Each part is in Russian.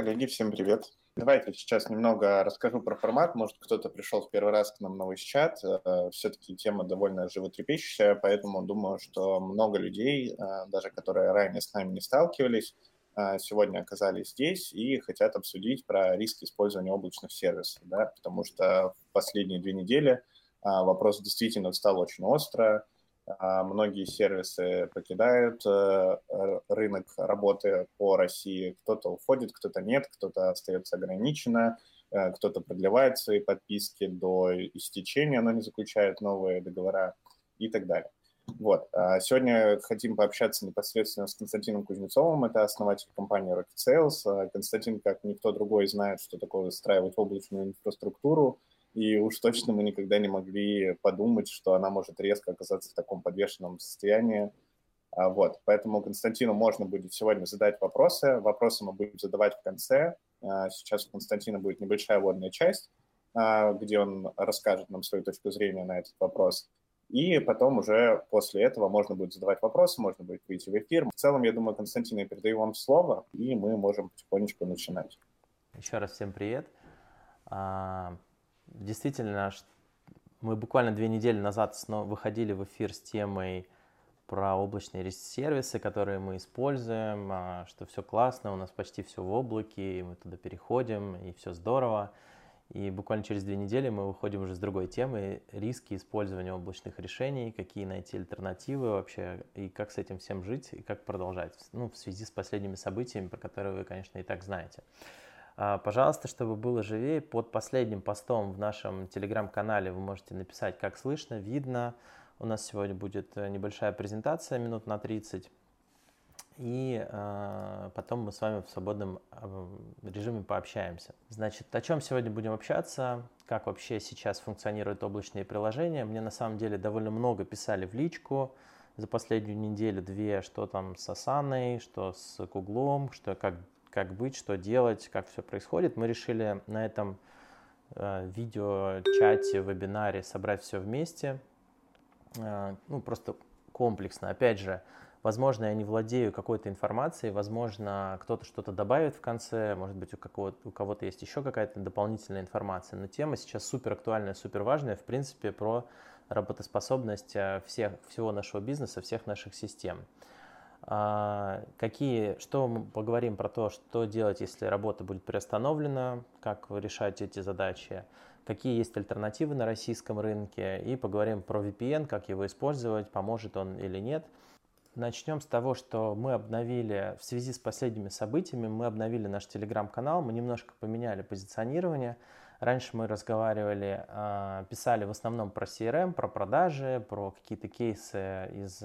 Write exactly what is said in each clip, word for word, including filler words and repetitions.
Коллеги, всем привет. Давайте сейчас немного расскажу про формат. Может, кто-то пришел в первый раз к нам на чат. Все-таки тема довольно животрепещущая, поэтому думаю, что много людей, э, даже которые ранее с нами не сталкивались, э, сегодня оказались здесь и хотят обсудить про риски использования облачных сервисов, да, потому что в последние две недели э, вопрос действительно встал очень остро. А, Многие сервисы покидают э, р- рынок работы по России. Кто-то уходит, кто-то нет, кто-то остается ограниченно, э, кто-то продлевает свои подписки до истечения, но не заключает новые договора и так далее. Вот. А Сегодня хотим пообщаться непосредственно с Константином Кузнецовым, это основатель компании Rocket Sales. А Константин, как никто другой, знает, что такое выстраивать облачную инфраструктуру, и уж точно мы никогда не могли подумать, что она может резко оказаться в таком подвешенном состоянии. А, Вот. Поэтому Константину можно будет сегодня задать вопросы. Вопросы мы будем задавать в конце. А, Сейчас у Константина будет небольшая вводная часть, а, где он расскажет нам свою точку зрения на этот вопрос. И потом уже после этого можно будет задавать вопросы, можно будет выйти в эфир. В целом, я думаю, Константин, я передаю вам слово, и мы можем потихонечку начинать. Еще раз всем привет. А, Действительно, ш- мы буквально две недели назад снова выходили в эфир с темой про облачные рес- сервисы, которые мы используем, а, что все классно, у нас почти все в облаке, и мы туда переходим, и все здорово. И буквально через две недели мы выходим уже с другой темой: риски использования облачных решений, какие найти альтернативы вообще, и как с этим всем жить, и как продолжать, ну, в связи с последними событиями, про которые вы, конечно, и так знаете. А, Пожалуйста, чтобы было живее, под последним постом в нашем телеграм-канале вы можете написать, как слышно, видно. У нас сегодня будет э, небольшая презентация минут на тридцать, и э, потом мы с вами в свободном э, режиме пообщаемся. Значит, о чем сегодня будем общаться, как вообще сейчас функционируют облачные приложения. Мне на самом деле довольно много писали в личку за последнюю неделю-две, что там с Асаной, что с Гуглом, что как, как быть, что делать, как все происходит. Мы решили на этом э, видео, чате, вебинаре собрать все вместе, э, ну, просто комплексно. Опять же, возможно, я не владею какой-то информацией, возможно, кто-то что-то добавит в конце, может быть, у, какого у кого-то есть еще какая-то дополнительная информация. Но тема сейчас супер актуальная, супер важная, в принципе, про работоспособность э, всех, всего нашего бизнеса, всех наших систем. А, Какие, что мы поговорим про то, что делать, если работа будет приостановлена, как решать эти задачи, какие есть альтернативы на российском рынке, и поговорим про ви пи эн, как его использовать, поможет он или нет. Начнем с того, что мы обновили, в связи с последними событиями, мы обновили наш телеграм-канал, мы немножко поменяли позиционирование. Раньше мы разговаривали, а, писали в основном про си эр эм, про продажи, про какие-то кейсы из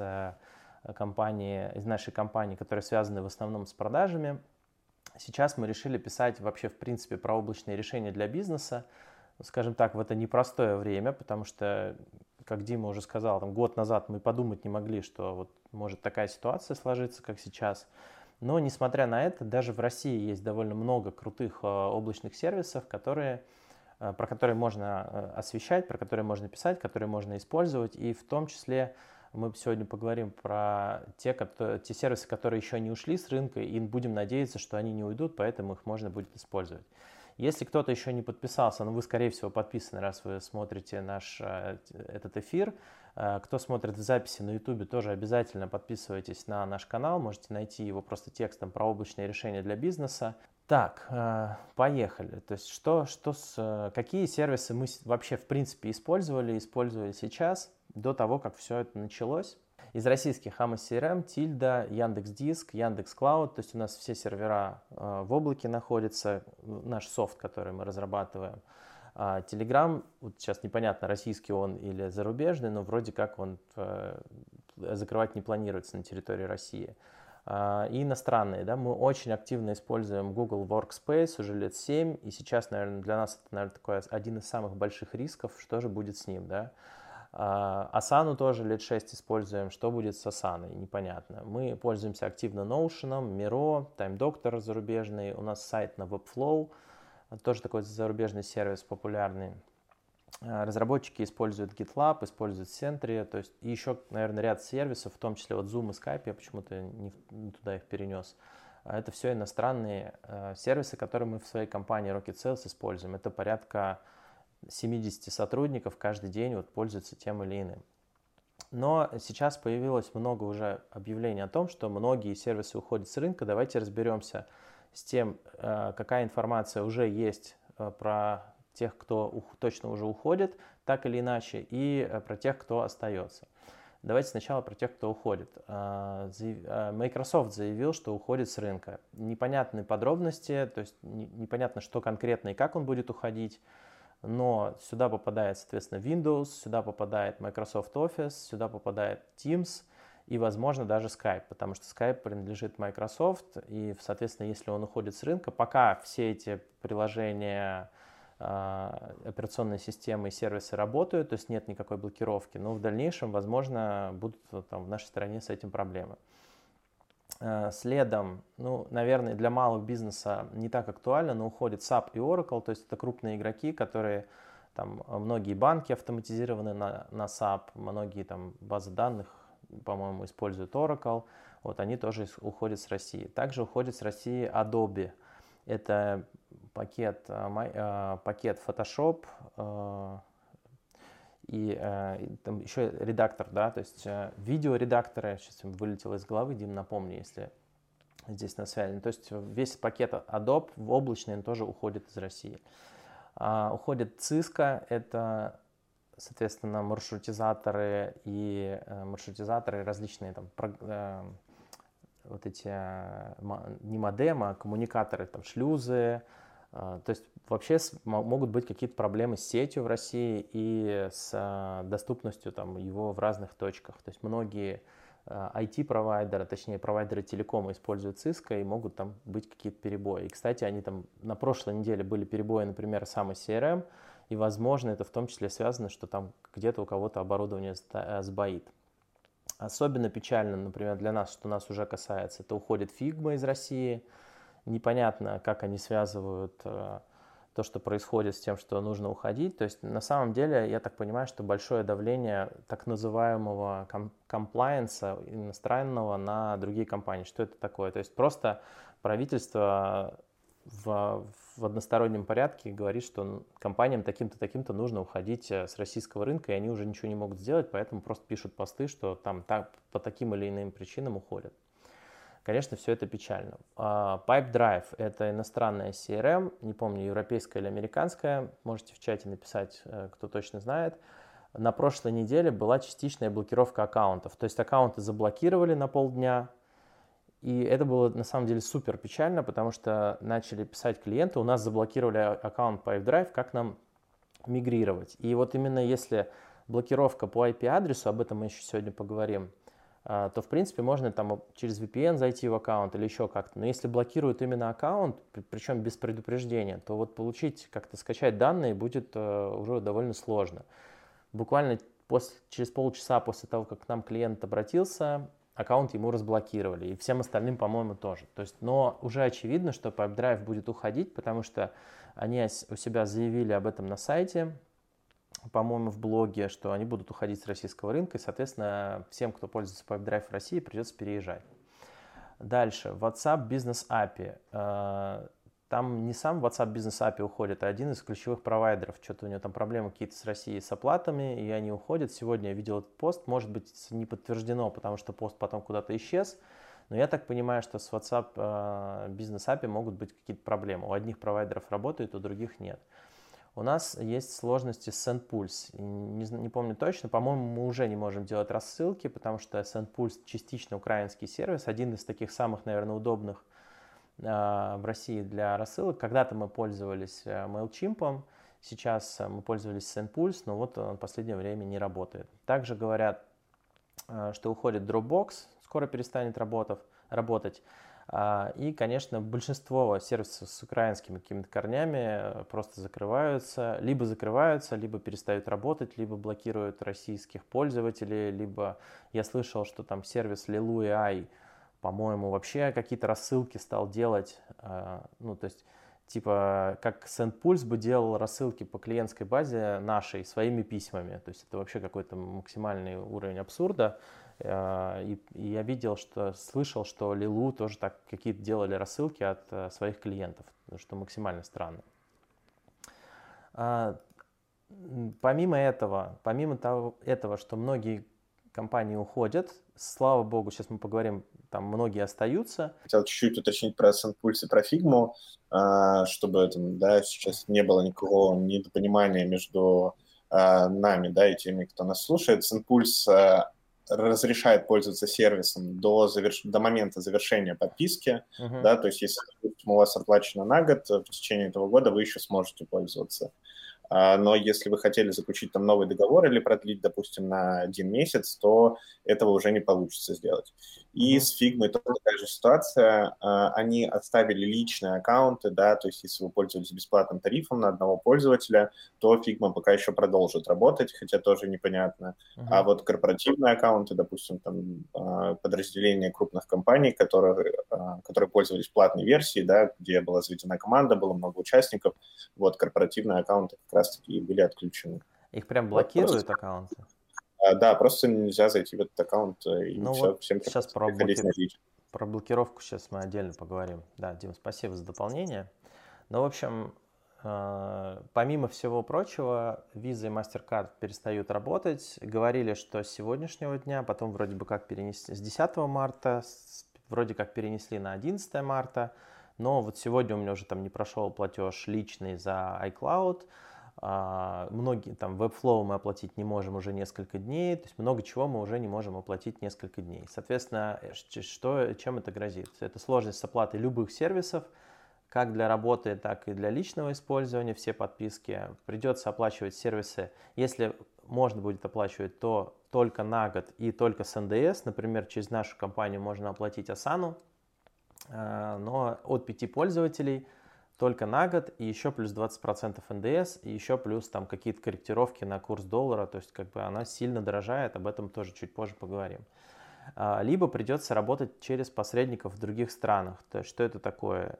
компании, из нашей компании, которые связаны в основном с продажами. Сейчас мы решили писать вообще в принципе про облачные решения для бизнеса. Скажем так, в это непростое время, потому что, как Дима уже сказал, там, год назад мы подумать не могли, что вот может такая ситуация сложиться, как сейчас. Но, несмотря на это, даже в России есть довольно много крутых э, облачных сервисов, которые, э, про которые можно э, освещать, про которые можно писать, которые можно использовать. И в том числе мы сегодня поговорим про те, которые, те сервисы, которые еще не ушли с рынка, и будем надеяться, что они не уйдут, поэтому их можно будет использовать. Если кто-то еще не подписался, но вы, скорее всего, подписаны, раз вы смотрите наш этот эфир, кто смотрит в записи на YouTube, тоже обязательно подписывайтесь на наш канал, можете найти его просто текстом про облачные решения для бизнеса. Так, поехали. То есть, что, что с, какие сервисы мы вообще, в принципе, использовали, использовали сейчас, до того, как все это началось. Из российских эй эм эс си эр эм, Тильда, Яндекс.Диск, Яндекс.Клауд, то есть у нас все сервера э, в облаке находятся, наш софт, который мы разрабатываем. Телеграм, вот сейчас непонятно, российский он или зарубежный, но вроде как он э, закрывать не планируется на территории России. Uh, и иностранные, да, мы очень активно используем Google Workspace уже лет семь, и сейчас, наверное, для нас это, наверное, такой один из самых больших рисков, что же будет с ним, да. Uh, Asana тоже лет шесть используем, что будет с Asana, непонятно. Мы пользуемся активно Notion, Miro, Time Doctor зарубежный, у нас сайт на Webflow, тоже такой зарубежный сервис популярный. Разработчики используют GitLab, используют Sentry, то есть еще, наверное, ряд сервисов, в том числе вот Zoom и Skype, я почему-то не, не туда их перенес, Это все иностранные сервисы, которые мы в своей компании Rocket Sales используем. Это порядка семьдесят сотрудников каждый день вот пользуются тем или иным. Но сейчас появилось много уже объявлений о том, что многие сервисы уходят с рынка. Давайте разберемся с тем, какая информация уже есть про тех, кто точно уже уходит, так или иначе, и про тех, кто остается. Давайте сначала про тех, кто уходит. Microsoft заявил, что уходит с рынка. Непонятны подробности, то есть непонятно, что конкретно и как он будет уходить. Но сюда попадает, соответственно, Windows, сюда попадает Microsoft Office, сюда попадает Teams и, возможно, даже Skype, потому что Skype принадлежит Microsoft, и, соответственно, если он уходит с рынка, пока все эти приложения, операционные системы и сервисы работают, то есть нет никакой блокировки, но в дальнейшем, возможно, будут там в нашей стране с этим проблемы. Следом, ну, наверное, для малого бизнеса не так актуально, но уходит сап и Oracle, то есть это крупные игроки, которые, там, многие банки автоматизированы на, на сап, многие там базы данных, по-моему, используют Oracle, вот они тоже уходят с России. Также уходит с России Adobe, это пакет, пакет Photoshop, и э, там еще редактор, да, то есть э, видеоредакторы, сейчас вылетело из головы, Дим, напомни, если здесь на связи. То есть весь пакет Adobe в облачный он тоже уходит из России. А, уходит Cisco, это, соответственно, маршрутизаторы и э, маршрутизаторы различные там, про, э, вот эти, э, не модемы, а коммуникаторы, там, шлюзы. То есть вообще могут быть какие-то проблемы с сетью в России и с доступностью там, его в разных точках. То есть многие ай ти-провайдеры, точнее провайдеры телекома используют Cisco и могут там быть какие-то перебои. И, кстати, они там на прошлой неделе были перебои, например, самой си эр эм, и, возможно, это в том числе связано, что там где-то у кого-то оборудование сбоит. Особенно печально, например, для нас, что нас уже касается, это уходит Figma из России. Непонятно, как они связывают э, то, что происходит, с тем, что нужно уходить. То есть на самом деле, я так понимаю, что большое давление так называемого комплайенса иностранного на другие компании. Что это такое? То есть просто правительство в, в одностороннем порядке говорит, что компаниям таким-то, таким-то нужно уходить с российского рынка, и они уже ничего не могут сделать, поэтому просто пишут посты, что там так, по таким или иным причинам уходят. Конечно, все это печально. Pipedrive – это иностранная си эр эм, не помню, европейская или американская, можете в чате написать, кто точно знает. На прошлой неделе была частичная блокировка аккаунтов, то есть аккаунты заблокировали на полдня, и это было на самом деле супер печально, потому что начали писать клиенты, у нас заблокировали аккаунт Pipedrive, как нам мигрировать. И вот именно если блокировка по ай пи-адресу, об этом мы еще сегодня поговорим, то, в принципе, можно там через ви пи эн зайти в аккаунт или еще как-то. Но если блокируют именно аккаунт, причем без предупреждения, то вот получить, как-то скачать данные будет уже довольно сложно. Буквально после, через полчаса после того, как к нам клиент обратился, аккаунт ему разблокировали. И всем остальным, по-моему, тоже. То есть, но уже очевидно, что Pipedrive будет уходить, потому что они у себя заявили об этом на сайте, по-моему, в блоге, что они будут уходить с российского рынка, и, соответственно, всем, кто пользуется Pipedrive в России, придется переезжать. Дальше, WhatsApp Business эй пи ай. Там не сам WhatsApp Business эй пи ай уходит, а один из ключевых провайдеров. Что-то у него там проблемы какие-то с Россией с оплатами, и они уходят. Сегодня я видел этот пост, может быть, не подтверждено, потому что пост потом куда-то исчез. Но я так понимаю, что с WhatsApp Business эй пи ай могут быть какие-то проблемы. У одних провайдеров работает, у других нет. У нас есть сложности с SendPulse. Не, не помню точно, по-моему, мы уже не можем делать рассылки, потому что SendPulse частично украинский сервис, один из таких самых, наверное, удобных э, в России для рассылок. Когда-то мы пользовались э, MailChimp, сейчас э, мы пользовались SendPulse, но вот он в последнее время не работает. Также говорят, э, что уходит Dropbox, скоро перестанет работав, работать. И, конечно, большинство сервисов с украинскими какими-то корнями просто закрываются, либо закрываются, либо перестают работать, либо блокируют российских пользователей, либо я слышал, что там сервис Lilu эй ай, по-моему, вообще какие-то рассылки стал делать, ну, то есть, типа, как SendPulse бы делал рассылки по клиентской базе нашей своими письмами, то есть это вообще какой-то максимальный уровень абсурда. И, и я видел, что слышал, что Лилу тоже так какие-то делали рассылки от своих клиентов, что максимально странно. Помимо этого, помимо того, этого, что многие компании уходят, слава богу, сейчас мы поговорим, там многие остаются. Хотел чуть-чуть уточнить про SendPulse и про Figma, чтобы там, да, сейчас не было никакого недопонимания между нами, да, и теми, кто нас слушает. SendPulse разрешает пользоваться сервисом до, заверш... до момента завершения подписки, uh-huh. да, то есть если у вас оплачено на год, в течение этого года вы еще сможете пользоваться. Но если вы хотели заключить там новый договор или продлить, допустим, на один месяц, то этого уже не получится сделать. И mm-hmm. с Figma тоже такая же ситуация. Они оставили личные аккаунты, да, то есть если вы пользуетесь бесплатным тарифом на одного пользователя, то Figma пока еще продолжит работать, хотя тоже непонятно. Mm-hmm. А вот корпоративные аккаунты, допустим, там подразделения крупных компаний, которые, которые пользовались платной версией, да, где была заведена команда, было много участников, вот корпоративные аккаунты как раз-таки были отключены. Их прям блокируют вот, аккаунты? А, да, просто нельзя зайти в этот аккаунт, и ну все, вот всем сейчас про, блоки... про блокировку сейчас мы отдельно поговорим. Да, Дим, спасибо за дополнение. Ну, в общем, э, помимо всего прочего, Visa и MasterCard перестают работать. Говорили, что с сегодняшнего дня, потом вроде бы как перенесли с десятого марта, с, вроде как перенесли на одиннадцатое марта, но вот сегодня у меня уже там не прошел платеж личный за iCloud. Uh, многие там Webflow мы оплатить не можем уже несколько дней, то есть много чего мы уже не можем оплатить несколько дней. Соответственно, что, чем это грозит? Это сложность с оплатой любых сервисов, как для работы, так и для личного использования, все подписки. Придется оплачивать сервисы, если можно будет оплачивать, то только на год и только с эн дэ эс. Например, через нашу компанию можно оплатить Asana, uh, но от пяти пользователей только на год, и еще плюс двадцать процентов эн дэ эс, и еще плюс там какие-то корректировки на курс доллара, то есть как бы она сильно дорожает, об этом тоже чуть позже поговорим. Либо придется работать через посредников в других странах. То есть что это такое?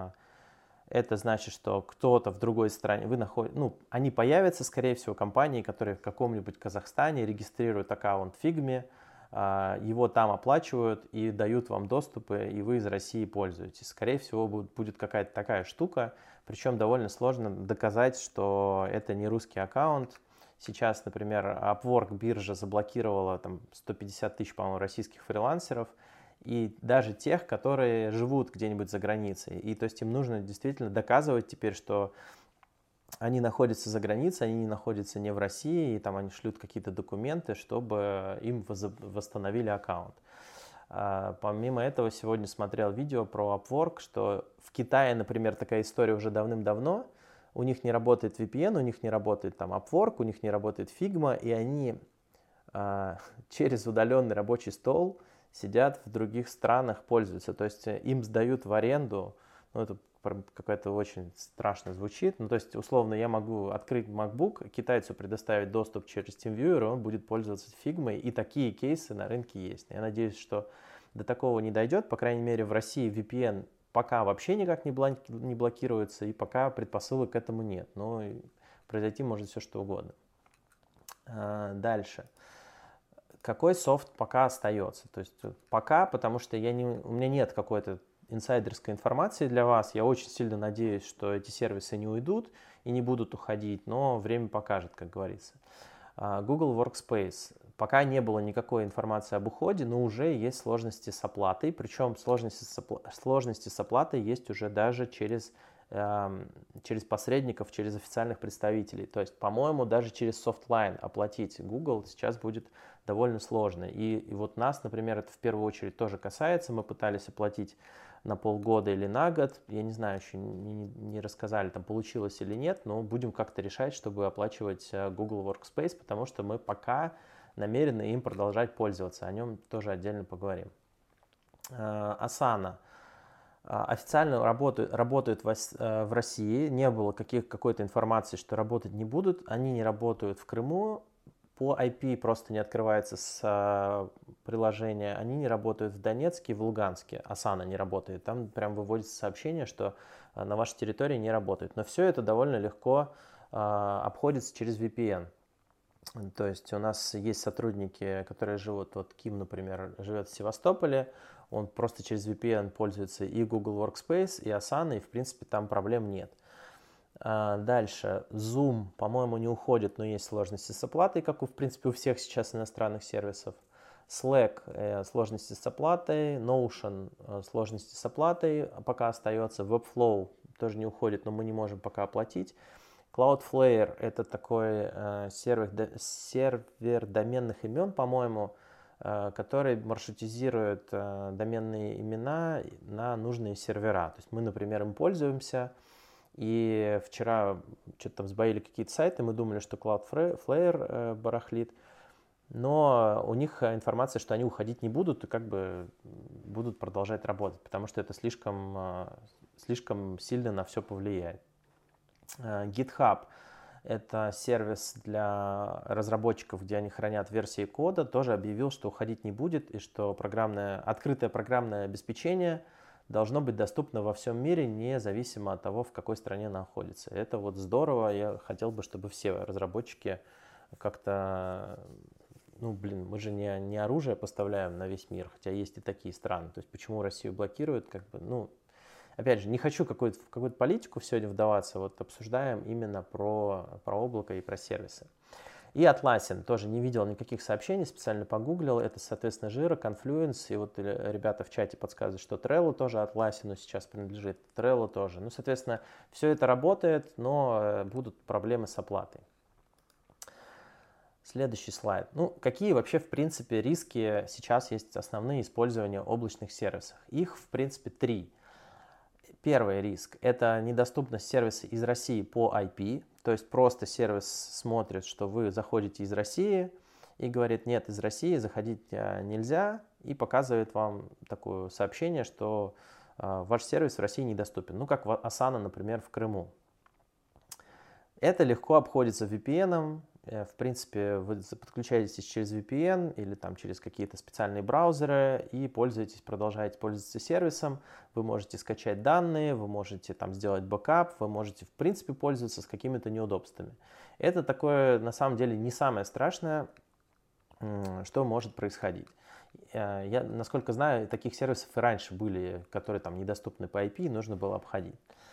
Это значит, что кто-то в другой стране, вы находите, ну, они появятся, скорее всего, компании, которые в каком-нибудь Казахстане регистрируют аккаунт в Figma, его там оплачивают и дают вам доступы, и вы из России пользуетесь. Скорее всего, будет какая-то такая штука, причем довольно сложно доказать, что это не русский аккаунт. Сейчас, например, Upwork биржа заблокировала там сто пятьдесят тысяч, по-моему, российских фрилансеров, и даже тех, которые живут где-нибудь за границей. И то есть им нужно действительно доказывать теперь, что они находятся за границей, они не находятся не в России, и там они шлют какие-то документы, чтобы им восстановили аккаунт. Помимо этого, сегодня смотрел видео про Upwork, что в Китае, например, такая история уже давным-давно, у них не работает ви пи эн, у них не работает там Upwork, у них не работает Figma, и они а, через удаленный рабочий стол сидят в других странах, пользуются. То есть им сдают в аренду, ну это какая-то очень страшно звучит. Ну, то есть, условно, я могу открыть MacBook, китайцу предоставить доступ через TeamViewer, и он будет пользоваться Figma, и такие кейсы на рынке есть. Я надеюсь, что до такого не дойдет. По крайней мере, в России ви пи эн пока вообще никак не, блок... не блокируется, и пока предпосылок к этому нет. Но произойти может все что угодно. А, дальше. Какой софт пока остается? То есть пока, потому что я не... у меня нет какой-то инсайдерской информации для вас. Я очень сильно надеюсь, что эти сервисы не уйдут и не будут уходить, но время покажет, как говорится. Google Workspace. Пока не было никакой информации об уходе, но уже есть сложности с оплатой. Причем сложности с, опла- сложности с оплатой есть уже даже через, э, через посредников, через официальных представителей. То есть, по-моему, даже через Softline оплатить Google сейчас будет довольно сложно. И, и вот нас, например, это в первую очередь тоже касается. Мы пытались оплатить на полгода или на год. Я не знаю, еще не, не рассказали, там получилось или нет, но будем как-то решать, чтобы оплачивать Google Workspace, потому что мы пока намерены им продолжать пользоваться. О нем тоже отдельно поговорим. Asana. Официально работают, работают в России. Не было каких, какой-то информации, что работать не будут. Они не работают в Крыму. По ай пи просто не открывается с приложения. Они не работают в Донецке и в Луганске. Asana не работает. Там прям выводится сообщение, что на вашей территории не работает. Но все это довольно легко обходится через ви пи эн. То есть у нас есть сотрудники, которые живут, вот Ким, например, живет в Севастополе, он просто через ви пи эн пользуется и Google Workspace, и Asana, и в принципе там проблем нет. Дальше, Zoom, по-моему, не уходит, но есть сложности с оплатой, как у, в принципе, у всех сейчас иностранных сервисов. Slack э, сложности с оплатой, Notion э, сложности с оплатой пока остается, Webflow тоже не уходит, но мы не можем пока оплатить. Cloudflare это такой э, сервер, сервер доменных имен, по-моему, э, который маршрутизирует э, доменные имена на нужные сервера. То есть мы, например, им пользуемся. И вчера что-то там сбоили какие-то сайты, мы думали, что Cloudflare э, барахлит, но у них информация, что они уходить не будут и как бы будут продолжать работать, потому что это слишком, э, слишком сильно на все повлияет. Э, GitHub — это сервис для разработчиков, где они хранят версии кода, тоже объявил, что уходить не будет и что программное, открытое программное обеспечение должно быть доступно во всем мире, независимо от того, в какой стране находится. Это вот здорово. Я хотел бы, чтобы все разработчики как-то... Ну, блин, мы же не, не оружие поставляем на весь мир, хотя есть и такие страны. То есть почему Россию блокируют, как бы, ну... Опять же, не хочу какую-то, в какую-то политику сегодня вдаваться, вот обсуждаем именно про, про облако и про сервисы. И Atlassian тоже не видел никаких сообщений, специально погуглил. Это, соответственно, Jira, Confluence. И вот ребята в чате подсказывают, что Trello тоже Atlassian сейчас принадлежит. Trello тоже. Ну, соответственно, все это работает, но будут проблемы с оплатой. Следующий слайд. Ну, какие вообще, в принципе, риски сейчас есть основные использования облачных сервисов? Их, в принципе, три. Первый риск – это недоступность сервиса из России по ай пи, то есть просто сервис смотрит, что вы заходите из России и говорит, нет, из России заходить нельзя, и показывает вам такое сообщение, что ваш сервис в России недоступен, ну как Asana, например, в Крыму. Это легко обходится ви пи эн. В принципе, вы подключаетесь через ви пи эн или там через какие-то специальные браузеры и пользуетесь, продолжаете пользоваться сервисом. Вы можете скачать данные, вы можете там сделать бэкап, вы можете в принципе пользоваться с какими-то неудобствами. Это такое на самом деле не самое страшное, что может происходить. Я, насколько знаю, таких сервисов и раньше были, которые там недоступны по ай пи, нужно было обходить.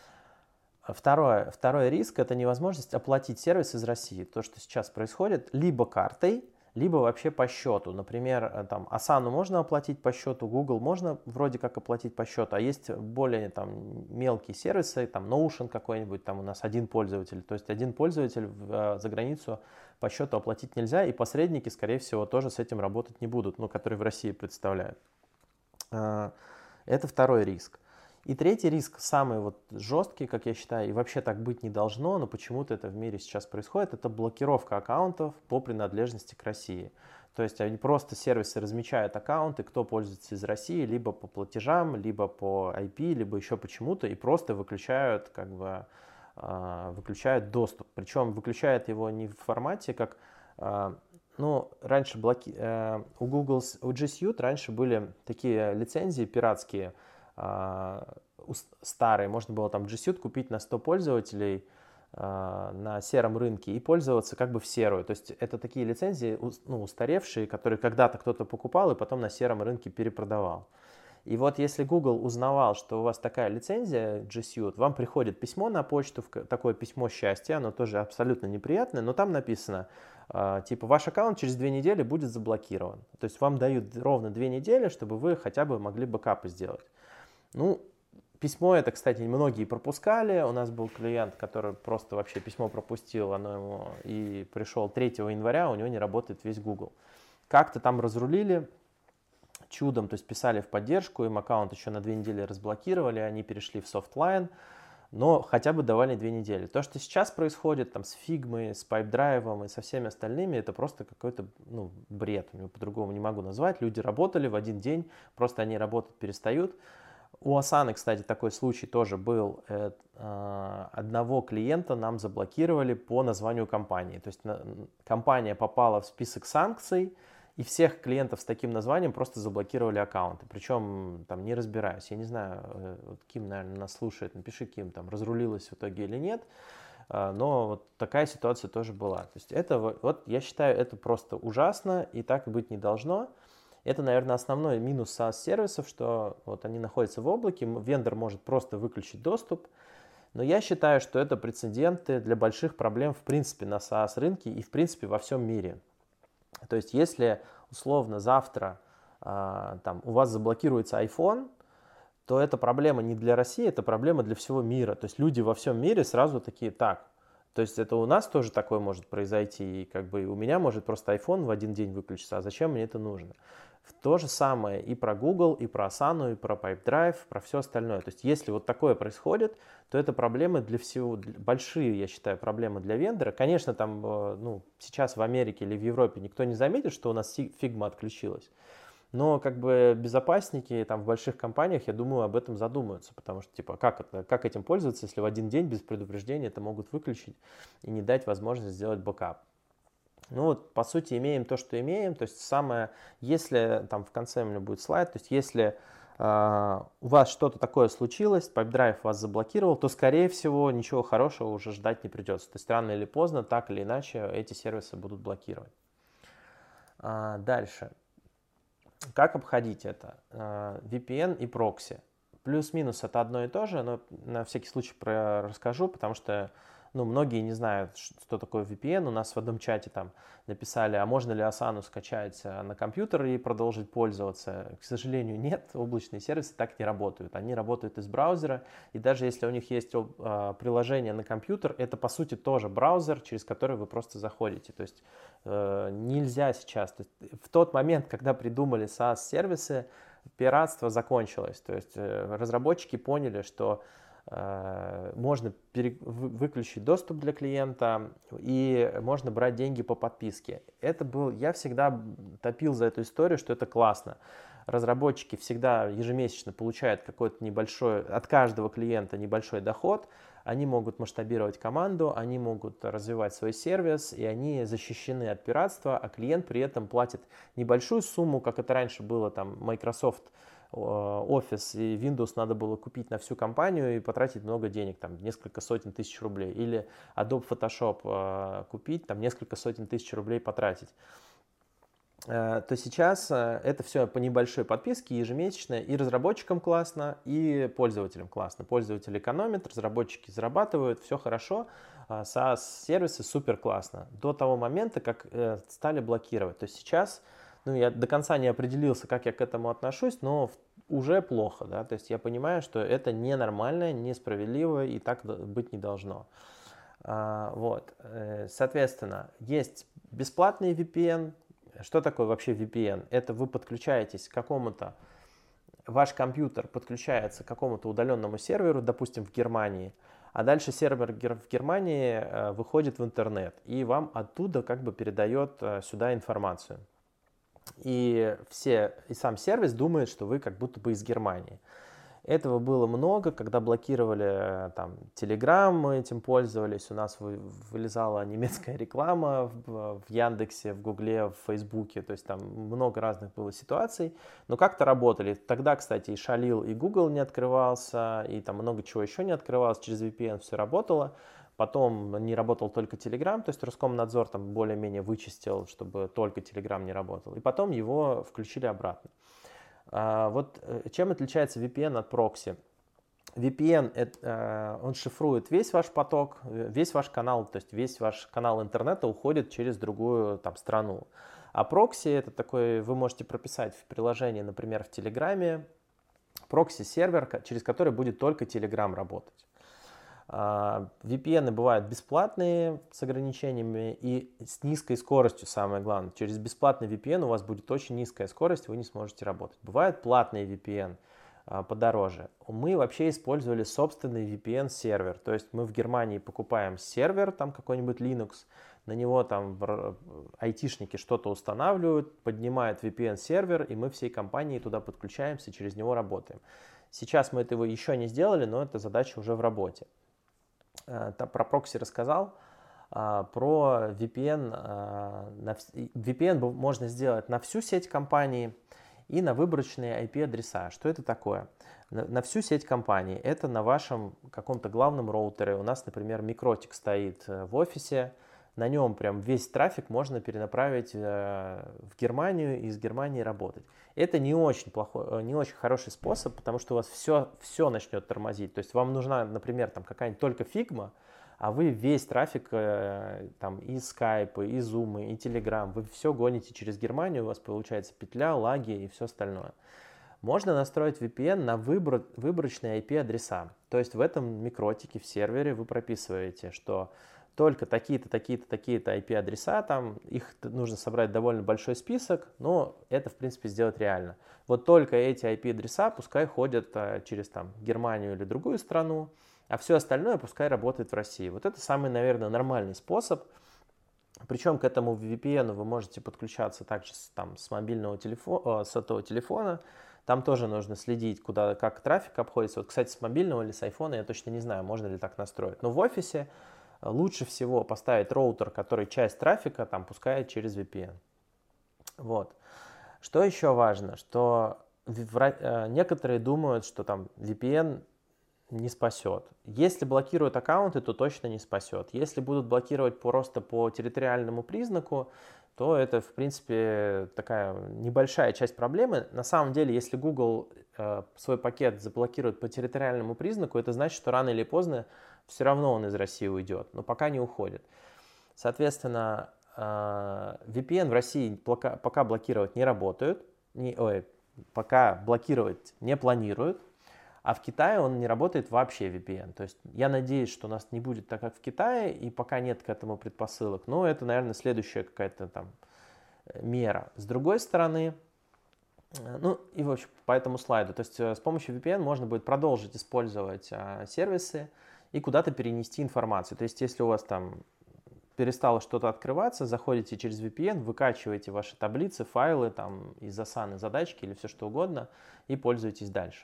Второе, второй риск – это невозможность оплатить сервис из России. То, что сейчас происходит, либо картой, либо вообще по счету. Например, там, Asana можно оплатить по счету, Google можно вроде как оплатить по счету, а есть более там, мелкие сервисы, там Notion какой-нибудь, там у нас один пользователь. То есть один пользователь в, за границу по счету оплатить нельзя, и посредники, скорее всего, тоже с этим работать не будут, ну, которые в России представляют. Это второй риск. И третий риск, самый вот жесткий, как я считаю, и вообще так быть не должно, но почему-то это в мире сейчас происходит, это блокировка аккаунтов по принадлежности к России. То есть они просто сервисы размечают аккаунты, кто пользуется из России, либо по платежам, либо по ай пи, либо еще почему-то, и просто выключают, как бы, выключают доступ. Причем выключают его не в формате, как... Ну, раньше блоки... у Google, у G Suite раньше были такие лицензии пиратские, старые, можно было там G Suite купить на сто пользователей на сером рынке и пользоваться как бы в серую. То есть это такие лицензии, ну, устаревшие, которые когда-то кто-то покупал и потом на сером рынке перепродавал. И вот если Google узнавал, что у вас такая лицензия G Suite, вам приходит письмо на почту, такое письмо счастья, оно тоже абсолютно неприятное, но там написано, типа, ваш аккаунт через две недели будет заблокирован. То есть вам дают ровно две недели, чтобы вы хотя бы могли бэкапы сделать. Ну, письмо это, кстати, многие пропускали. У нас был клиент, который просто вообще письмо пропустил, оно ему и пришел третьего января, у него не работает весь Google. Как-то там разрулили чудом, то есть писали в поддержку, им аккаунт еще на две недели разблокировали, они перешли в софтлайн, но хотя бы давали две недели. То, что сейчас происходит там с фигмой, с пайп-драйвом и со всеми остальными, это просто какой-то, ну, бред, по-другому не могу назвать. Люди работали в один день, просто они работать перестают. У Asana, кстати, такой случай тоже был. Одного клиента нам заблокировали по названию компании. То есть компания попала в список санкций, и всех клиентов с таким названием просто заблокировали аккаунты. Причем, там, не разбираюсь, я не знаю, вот Ким, наверное, нас слушает, напиши, Ким, там, разрулилось в итоге или нет. но вот такая ситуация тоже была. То есть это вот, я считаю, это просто ужасно, и так быть не должно. Это, наверное, основной минус SaaS-сервисов, что вот они находятся в облаке, вендор может просто выключить доступ, но я считаю, что это прецеденты для больших проблем в принципе на SaaS-рынке и в принципе во всем мире. То есть если условно завтра а, там, у вас заблокируется iPhone, то это проблема не для России, это проблема для всего мира. То есть люди во всем мире сразу такие, так, то есть это у нас тоже такое может произойти, и как бы у меня может просто iPhone в один день выключиться, а зачем мне это нужно? То же самое и про Google, и про Asana, и про Pipedrive, про все остальное. То есть если вот такое происходит, то это проблемы для всего, большие, я считаю, проблемы для вендора. Конечно, там, ну, сейчас в Америке или в Европе никто не заметит, что у нас Figma отключилась. Но как бы безопасники там в больших компаниях, я думаю, об этом задумаются, потому что типа как это, как этим пользоваться, если в один день без предупреждения это могут выключить и не дать возможность сделать бэкап. Ну вот, по сути, имеем то, что имеем. То есть самое, если там в конце у меня будет слайд, то есть если э, у вас что-то такое случилось, Pipedrive вас заблокировал, то, скорее всего, ничего хорошего уже ждать не придется. То есть рано или поздно, так или иначе, эти сервисы будут блокировать. А, дальше. Как обходить это? ви пи эн и прокси. Плюс-минус это одно и то же, но на всякий случай про расскажу, потому что ну, многие не знают, что такое ви пи эн. У нас в одном чате там написали, а можно ли Asana скачать на компьютер и продолжить пользоваться. К сожалению, нет, облачные сервисы так не работают. Они работают из браузера, и даже если у них есть приложение на компьютер, это по сути тоже браузер, через который вы просто заходите. То есть э, нельзя сейчас. То есть, в тот момент, когда придумали SaaS-сервисы, пиратство закончилось. То есть э, разработчики поняли, что можно пере- выключить доступ для клиента и можно брать деньги по подписке. Это был, я всегда топил за эту историю, что это классно. Разработчики всегда ежемесячно получают какой-то небольшой, от каждого клиента небольшой доход, они могут масштабировать команду, они могут развивать свой сервис, и они защищены от пиратства, а клиент при этом платит небольшую сумму, как это раньше было, там, Microsoft Office и Windows надо было купить на всю компанию и потратить много денег, там несколько сотен тысяч рублей. Или Adobe Photoshop э, купить, там несколько сотен тысяч рублей потратить. Э, то сейчас э, это все по небольшой подписке, ежемесячно, и разработчикам классно, и пользователям классно. Пользователи экономят, разработчики зарабатывают, все хорошо. SaaS-сервисы супер классно. До того момента, как э, стали блокировать. То есть сейчас ну, я до конца не определился, как я к этому отношусь, но уже плохо, да, то есть я понимаю, что это ненормально, несправедливо и так быть не должно. А, вот, соответственно, есть бесплатный ви пи эн. Что такое вообще ви пи эн? Это вы подключаетесь к какому-то, ваш компьютер подключается к какому-то удаленному серверу, допустим, в Германии, а дальше сервер в Германии выходит в интернет, и вам оттуда как бы передает сюда информацию. И, все, и сам сервис думает, что вы как будто бы из Германии. Этого было много, когда блокировали там Telegram, мы этим пользовались, у нас вылезала немецкая реклама в, в Яндексе, в Гугле, в Фейсбуке, то есть там много разных было ситуаций, но как-то работали. Тогда, кстати, и Шалил, и Google не открывался, и там много чего еще не открывалось, через ви пи эн все работало. Потом не работал только Telegram, то есть Роскомнадзор там более-менее вычистил, чтобы только Telegram не работал. И потом его включили обратно. А, вот чем отличается ви пи эн от прокси? ви пи эн, это, он шифрует весь ваш поток, весь ваш канал, то есть весь ваш канал интернета уходит через другую там, страну. А прокси это такой, вы можете прописать в приложении, например, в Телеграме, прокси-сервер, через который будет только Telegram работать. ви пи эн бывают бесплатные с ограничениями и с низкой скоростью, самое главное. Через бесплатный ви пи эн у вас будет очень низкая скорость, вы не сможете работать. Бывают платные ви пи эн подороже. Мы вообще использовали собственный ви пи эн сервер. То есть мы в Германии покупаем сервер, там какой-нибудь Linux, на него там айтишники что-то устанавливают, поднимают ви пи эн сервер, и мы всей компанией туда подключаемся, через него работаем. Сейчас мы этого еще не сделали, но эта задача уже в работе. Про прокси рассказал, про ви пи эн. ви пи эн можно сделать на всю сеть компании и на выборочные ай пи-адреса. Что это такое? на, на всю сеть компании. Это на вашем каком-то главном роутере. У нас, например, Микротик стоит в офисе. На нем прям весь трафик можно перенаправить в Германию и из Германии работать. Это не очень плохой, не очень хороший способ, потому что у вас все, все начнет тормозить. То есть вам нужна, например, там какая-нибудь только Figma, а вы весь трафик там, и Skype, и Zoom, и Telegram, вы все гоните через Германию, у вас получается петля, лаги и все остальное. Можно настроить ви пи эн на выбор, выборочные ай пи-адреса. То есть в этом микротике, в сервере вы прописываете, что только такие-то, такие-то, такие-то ай пи-адреса, там их нужно собрать довольно большой список, но это, в принципе, сделать реально. Вот только эти ай пи-адреса пускай ходят через там, Германию или другую страну, а все остальное пускай работает в России. Вот это самый, наверное, нормальный способ. Причем к этому ви пи эн вы можете подключаться также там, с мобильного телефона, сотового телефона. Там тоже нужно следить, куда, как трафик обходится. Вот, кстати, с мобильного или с айфона я точно не знаю, можно ли так настроить. Но в офисе лучше всего поставить роутер, который часть трафика там пускает через ви пи эн. Вот. Что еще важно, что некоторые думают, что там ви пи эн не спасет. Если блокируют аккаунты, то точно не спасет. Если будут блокировать просто по территориальному признаку, то это, в принципе, такая небольшая часть проблемы. На самом деле, если Google э, свой пакет заблокирует по территориальному признаку, это значит, что рано или поздно все равно он из России уйдет, но пока не уходит. Соответственно, э, ви пи эн в России пока, пока блокировать не работают, не, ой, пока блокировать не планируют. А в Китае он не работает вообще ви пи эн. То есть я надеюсь, что у нас не будет так, как в Китае, и пока нет к этому предпосылок. Но это, наверное, следующая какая-то там мера. С другой стороны, ну и в общем по этому слайду, то есть с помощью ви пи эн можно будет продолжить использовать а, сервисы и куда-то перенести информацию. То есть если у вас там перестало что-то открываться, заходите через ви пи эн, выкачиваете ваши таблицы, файлы там из Asana, задачки или все что угодно и пользуетесь дальше.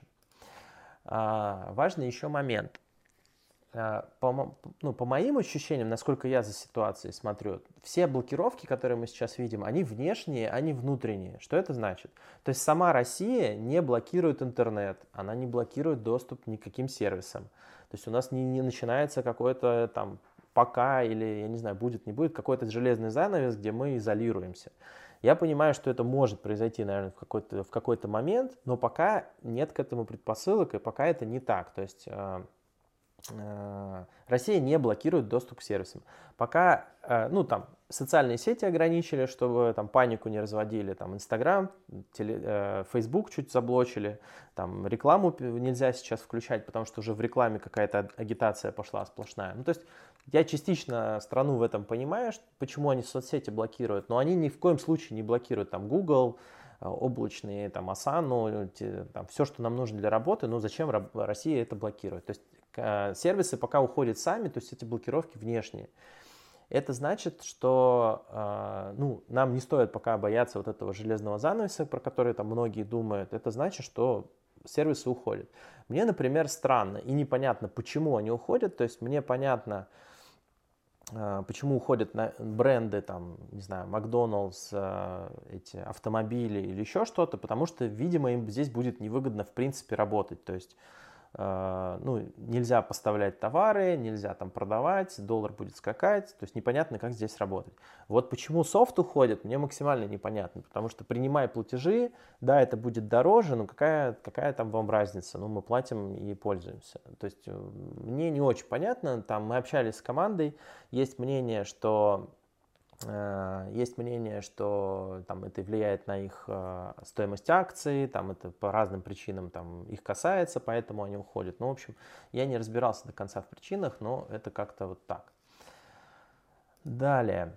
А, важный еще момент. А, по, ну, по моим ощущениям, насколько я за ситуацией смотрю, все блокировки, которые мы сейчас видим, они внешние, они внутренние. Что это значит? То есть сама Россия не блокирует интернет, она не блокирует доступ ни к каким сервисам. То есть у нас не, не начинается какой-то там пока или, я не знаю, будет, не будет, какой-то железный занавес, где мы изолируемся. Я понимаю, что это может произойти, наверное, в какой-то, в какой-то момент, но пока нет к этому предпосылок, и пока это не так. То есть э, э, Россия не блокирует доступ к сервисам. Пока, э, ну, там, социальные сети ограничили, чтобы там панику не разводили, там, Инстаграм, э, Фейсбук чуть заблочили, там, рекламу нельзя сейчас включать, потому что уже в рекламе какая-то агитация пошла сплошная. Ну, то есть я частично страну в этом понимаю, почему они соцсети блокируют, но они ни в коем случае не блокируют там Google, облачные, там Asana, там, все, что нам нужно для работы, но зачем Россия это блокирует? То есть сервисы пока уходят сами, то есть эти блокировки внешние. Это значит, что ну, нам не стоит пока бояться вот этого железного занавеса, про который там многие думают. Это значит, что сервисы уходят. Мне, например, странно и непонятно, почему они уходят. То есть мне понятно, почему уходят бренды, там, не знаю, Макдоналдс, эти автомобили или еще что-то, потому что, видимо, им здесь будет невыгодно в принципе работать. То есть ну, нельзя поставлять товары, нельзя там продавать, доллар будет скакать, то есть непонятно, как здесь работать. Вот почему софт уходит, мне максимально непонятно, потому что принимая платежи, да, это будет дороже, но какая, какая там вам разница, ну, мы платим и пользуемся. То есть мне не очень понятно, там мы общались с командой, есть мнение, что Есть мнение, что там, это влияет на их э, стоимость акций, там, это по разным причинам там, их касается, поэтому они уходят. Ну, в общем, я не разбирался до конца в причинах, но это как-то вот так. Далее.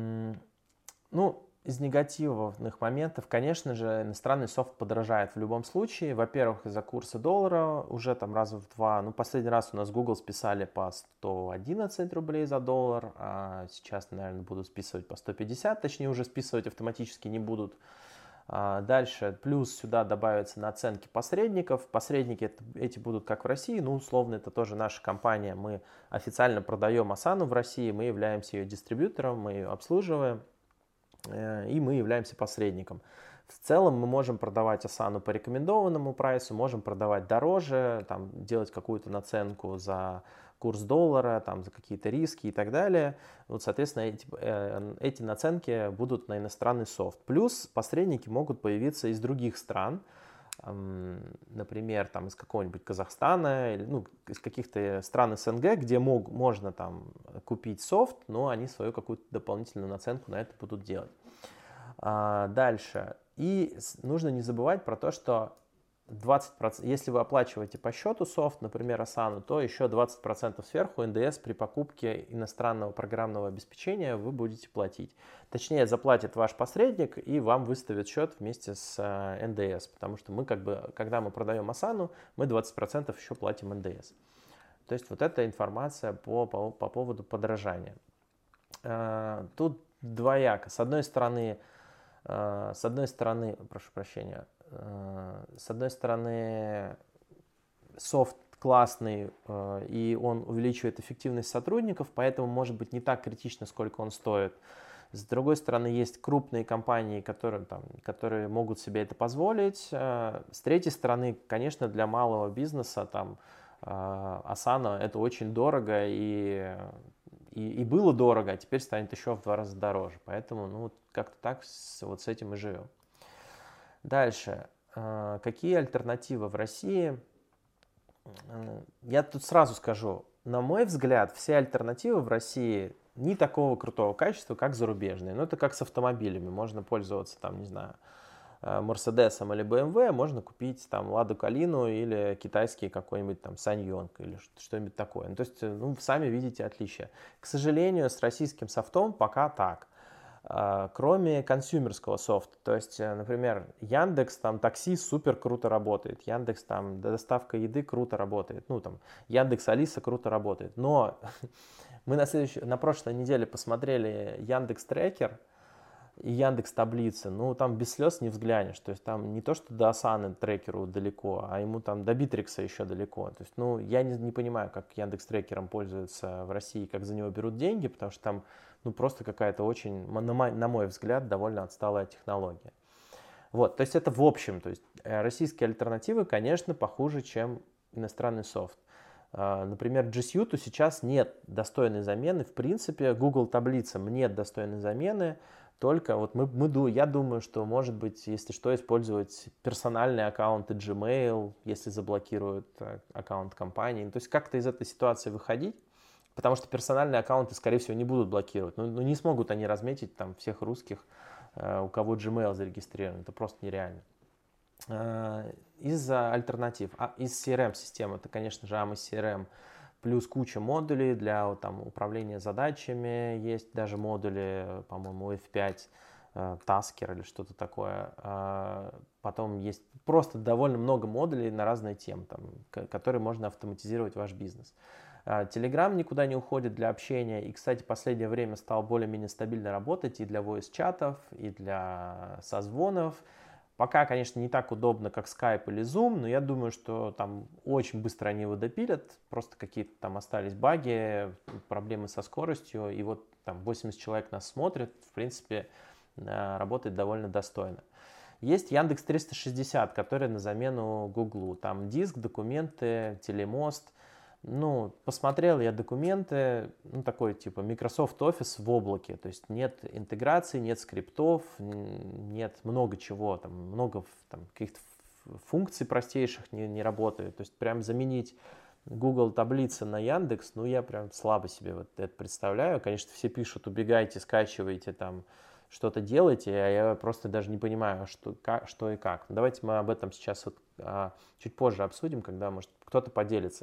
Ну, из негативных моментов, конечно же, иностранный софт подорожает в любом случае. Во-первых, из-за курса доллара уже там раза в два. Ну, последний раз у нас Google списали по сто одиннадцать рублей за доллар, а сейчас, наверное, будут списывать по сто пятьдесят, точнее, уже списывать автоматически не будут. А дальше, плюс сюда добавятся наценки посредников. Посредники это, эти будут как в России, ну, условно, это тоже наша компания. Мы официально продаем Asana в России, мы являемся ее дистрибьютором, мы ее обслуживаем. И мы являемся посредником. в целом мы можем продавать Asana по рекомендованному прайсу, можем продавать дороже, там, делать какую-то наценку за курс доллара, там, за какие-то риски и так далее. Вот, соответственно, эти, э, эти наценки будут на иностранный софт. Плюс посредники могут появиться из других стран, например, там, из какого-нибудь Казахстана, или, ну, из каких-то стран СНГ, где мог, можно там, купить софт, но они свою какую-то дополнительную наценку на это будут делать. А, дальше. И нужно не забывать про то, что двадцать процентов, если вы оплачиваете по счету софт, например, Asana, то еще двадцать процентов сверху эн дэ эс при покупке иностранного программного обеспечения вы будете платить. Точнее, заплатит ваш посредник и вам выставит счет вместе с эн дэ эс, потому что мы, как бы, когда мы продаем Asana, мы двадцать процентов еще платим эн дэ эс. То есть вот эта информация по, по, по поводу подорожания. Тут двояко. С одной стороны, с одной стороны, прошу прощения, с одной стороны, софт классный, и он увеличивает эффективность сотрудников, поэтому может быть не так критично, сколько он стоит. С другой стороны, есть крупные компании, которые, там, которые могут себе это позволить. С третьей стороны, конечно, для малого бизнеса там, Asana это очень дорого, и, и, и было дорого, а теперь станет еще в два раза дороже. Поэтому ну, как-то так с, вот с этим и живем. Дальше. Какие альтернативы в России? Я тут сразу скажу, на мой взгляд, все альтернативы в России не такого крутого качества, как зарубежные. Но это как с автомобилями. Можно пользоваться, там, не знаю, Мерседесом или бэ эм вэ, можно купить там Ладу Калину или китайский какой-нибудь там Саньонг или что-нибудь такое. Ну, то есть, ну, сами видите отличия. К сожалению, с российским софтом пока так. Кроме консюмерского софта, то есть, например, Яндекс, там, такси супер круто работает, Яндекс, там, доставка еды круто работает, ну, там, Яндекс Алиса круто работает, но мы на, следующей, на прошлой неделе посмотрели Яндекс Трекер и Яндекс Таблицы, ну, там без слез не взглянешь, то есть, там не то, что до Asana трекеру далеко, а ему там до Битрикса еще далеко, то есть, ну, я не, не понимаю, как Яндекс Трекером пользуются в России, как за него берут деньги, потому что там ну, просто какая-то очень, на мой, на мой взгляд, довольно отсталая технология. Вот, то есть это в общем, то есть российские альтернативы, конечно, похуже, чем иностранный софт. Например, G Suite сейчас нет достойной замены, в принципе, Google таблицам нет достойной замены, только вот мы, мы, я думаю, что, может быть, если что, использовать персональные аккаунты Gmail, если заблокируют аккаунт компании, то есть как-то из этой ситуации выходить. Потому что персональные аккаунты, скорее всего, не будут блокировать. Ну, ну не смогут они разметить там всех русских, э, у кого Gmail зарегистрирован. Это просто нереально. Э, из альтернатив, а, из си эр эм-системы, это, конечно же, эй эм эс си эр эм, плюс куча модулей для вот, там, управления задачами. Есть даже модули, по-моему, эф пять, э, Tasker или что-то такое. Э, потом есть просто довольно много модулей на разные темы, там, которые можно автоматизировать ваш бизнес. Telegram никуда не уходит для общения и, кстати, в последнее время стал более-менее стабильно работать и для voice-чатов, и для созвонов. Пока, конечно, не так удобно, как Skype или Zoom, но я думаю, что там очень быстро они его допилят, просто какие-то там остались баги, проблемы со скоростью, и вот там восемьдесят человек нас смотрят, в принципе, работает довольно достойно. Есть Яндекс триста шестьдесят, который на замену Гуглу, там диск, документы, телемост. Ну, посмотрел я документы, ну, такой типа Microsoft Office в облаке, то есть нет интеграции, нет скриптов, нет много чего, там много там, каких-то функций простейших не, не работает, то есть прям заменить Google таблицы на Яндекс, ну, я прям слабо себе вот это представляю, конечно, все пишут, убегайте, скачивайте там, что-то делайте, а я просто даже не понимаю, что, как, что и как. Давайте мы об этом сейчас вот, а, чуть позже обсудим, когда, может, кто-то поделится.